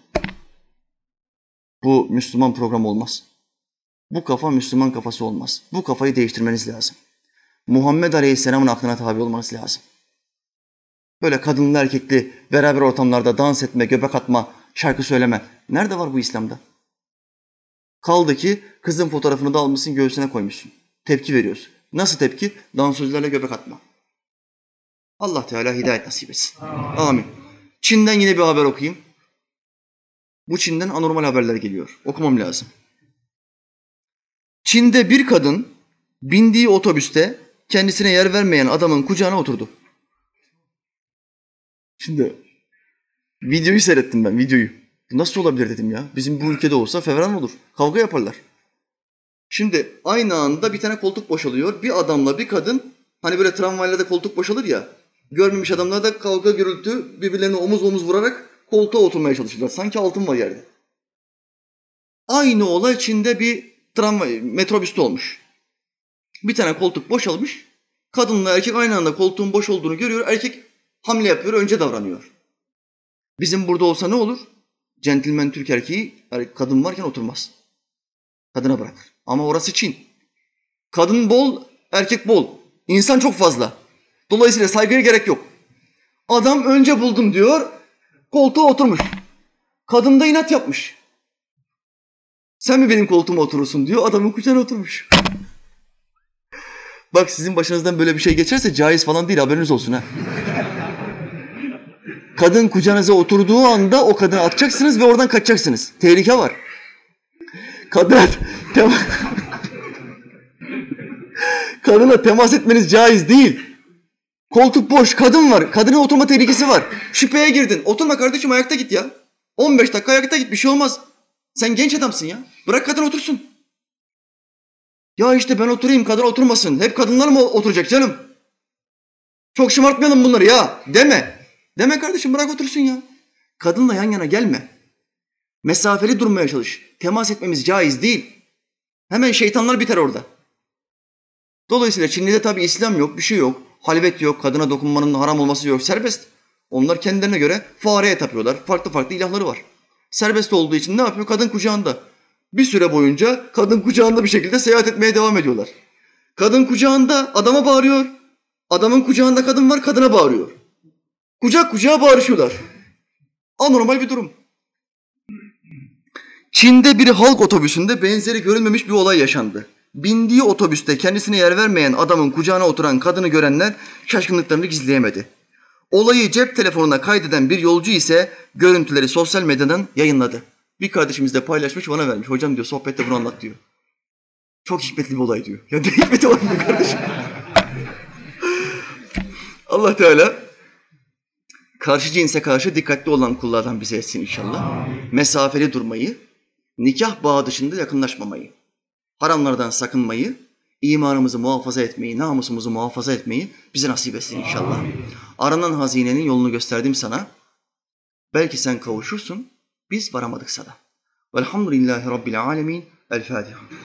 Bu Müslüman program olmaz. Bu kafa Müslüman kafası olmaz. Bu kafayı değiştirmeniz lazım. Muhammed Aleyhisselam'ın aklına tabi olmanız lazım. Böyle kadınlı erkekli beraber ortamlarda dans etme, göbek atma, şarkı söyleme. Nerede var bu İslam'da? Kaldı ki kızın fotoğrafını da almışsın, göğsüne koymuşsun. Tepki veriyorsun. Nasıl tepki? Dansözlerle göbek atma. Allah Teala hidayet nasip etsin. Amin. Çin'den yine bir haber okuyayım. Bu Çin'den anormal haberler geliyor. Okumam lazım. Çin'de bir kadın bindiği otobüste kendisine yer vermeyen adamın kucağına oturdu. Şimdi videoyu seyrettim ben, videoyu. Nasıl olabilir dedim ya. Bizim bu ülkede olsa fevran olur. Kavga yaparlar. Şimdi aynı anda bir tane koltuk boşalıyor. Bir adamla bir kadın, hani böyle tramvaylarda koltuk boşalır ya. Görmemiş adamlar da kavga gürültü birbirlerine omuz omuz vurarak koltuğa oturmaya çalışırlar. Sanki altın var yerde. Aynı olay Çin'de bir tramvay, metrobüste olmuş. Bir tane koltuk boşalmış. Kadınla erkek aynı anda koltuğun boş olduğunu görüyor. Erkek hamle yapıyor, önce davranıyor. Bizim burada olsa ne olur? Centilmen Türk erkeği kadın varken oturmaz. Kadına bırakır. Ama orası Çin. Kadın bol, erkek bol. İnsan çok fazla. Dolayısıyla saygıya gerek yok. Adam önce buldum diyor, koltuğa oturmuş. Kadın da inat yapmış. Sen mi benim koltuğuma oturursun diyor, adamın kucağına oturmuş. Bak sizin başınızdan böyle bir şey geçerse caiz falan değil, haberiniz olsun ha. Kadın kucağınıza oturduğu anda o kadını atacaksınız ve oradan kaçacaksınız. Tehlike var. Kadına, tem kadına temas etmeniz caiz değil. Koltuk boş, kadın var. Kadına oturma tehlikesi var. Şüpheye girdin. Oturma kardeşim, ayakta git ya. on beş dakika ayakta git, bir şey olmaz. Sen genç adamsın ya. Bırak kadın otursun. Ya işte ben oturayım, kadın oturmasın. Hep kadınlar mı oturacak canım? Çok şımartmayalım bunları ya. Deme. Deme kardeşim, bırak otursun ya. Kadınla yan yana gelme. Mesafeli durmaya çalış. Temas etmemiz caiz değil. Hemen şeytanlar biter orada. Dolayısıyla Çinli'de tabii İslam yok, bir şey yok. Halvet yok, kadına dokunmanın haram olması yok, serbest. Onlar kendilerine göre fareye tapıyorlar. Farklı farklı ilahları var. Serbest olduğu için ne yapıyor? Kadın kucağında. Bir süre boyunca kadın kucağında bir şekilde seyahat etmeye devam ediyorlar. Kadın kucağında adama bağırıyor. Adamın kucağında kadın var, kadına bağırıyor. Kucak kucağa bağırışıyorlar. Anormal bir durum. Çin'de bir halk otobüsünde benzeri görülmemiş bir olay yaşandı. Bindiği otobüste kendisine yer vermeyen adamın kucağına oturan kadını görenler şaşkınlıklarını gizleyemedi. Olayı cep telefonuna kaydeden bir yolcu ise görüntüleri sosyal medyadan yayınladı. Bir kardeşimiz de paylaşmış, bana vermiş. Hocam diyor, sohbette bunu anlat diyor. Çok hikmetli bir olay diyor. Ya ne hikmeti var mı kardeşim? Allah Teala karşı cinse karşı dikkatli olan kullardan bize etsin inşallah. Mesafeli durmayı, nikah bağı dışında yakınlaşmamayı, haramlardan sakınmayı, imanımızı muhafaza etmeyi, namusumuzu muhafaza etmeyi bize nasip etsin inşallah. Aranan hazinenin yolunu gösterdim sana. Belki sen kavuşursun, biz varamadık sana. Velhamdülillahi Rabbil alemin. El Fatiha.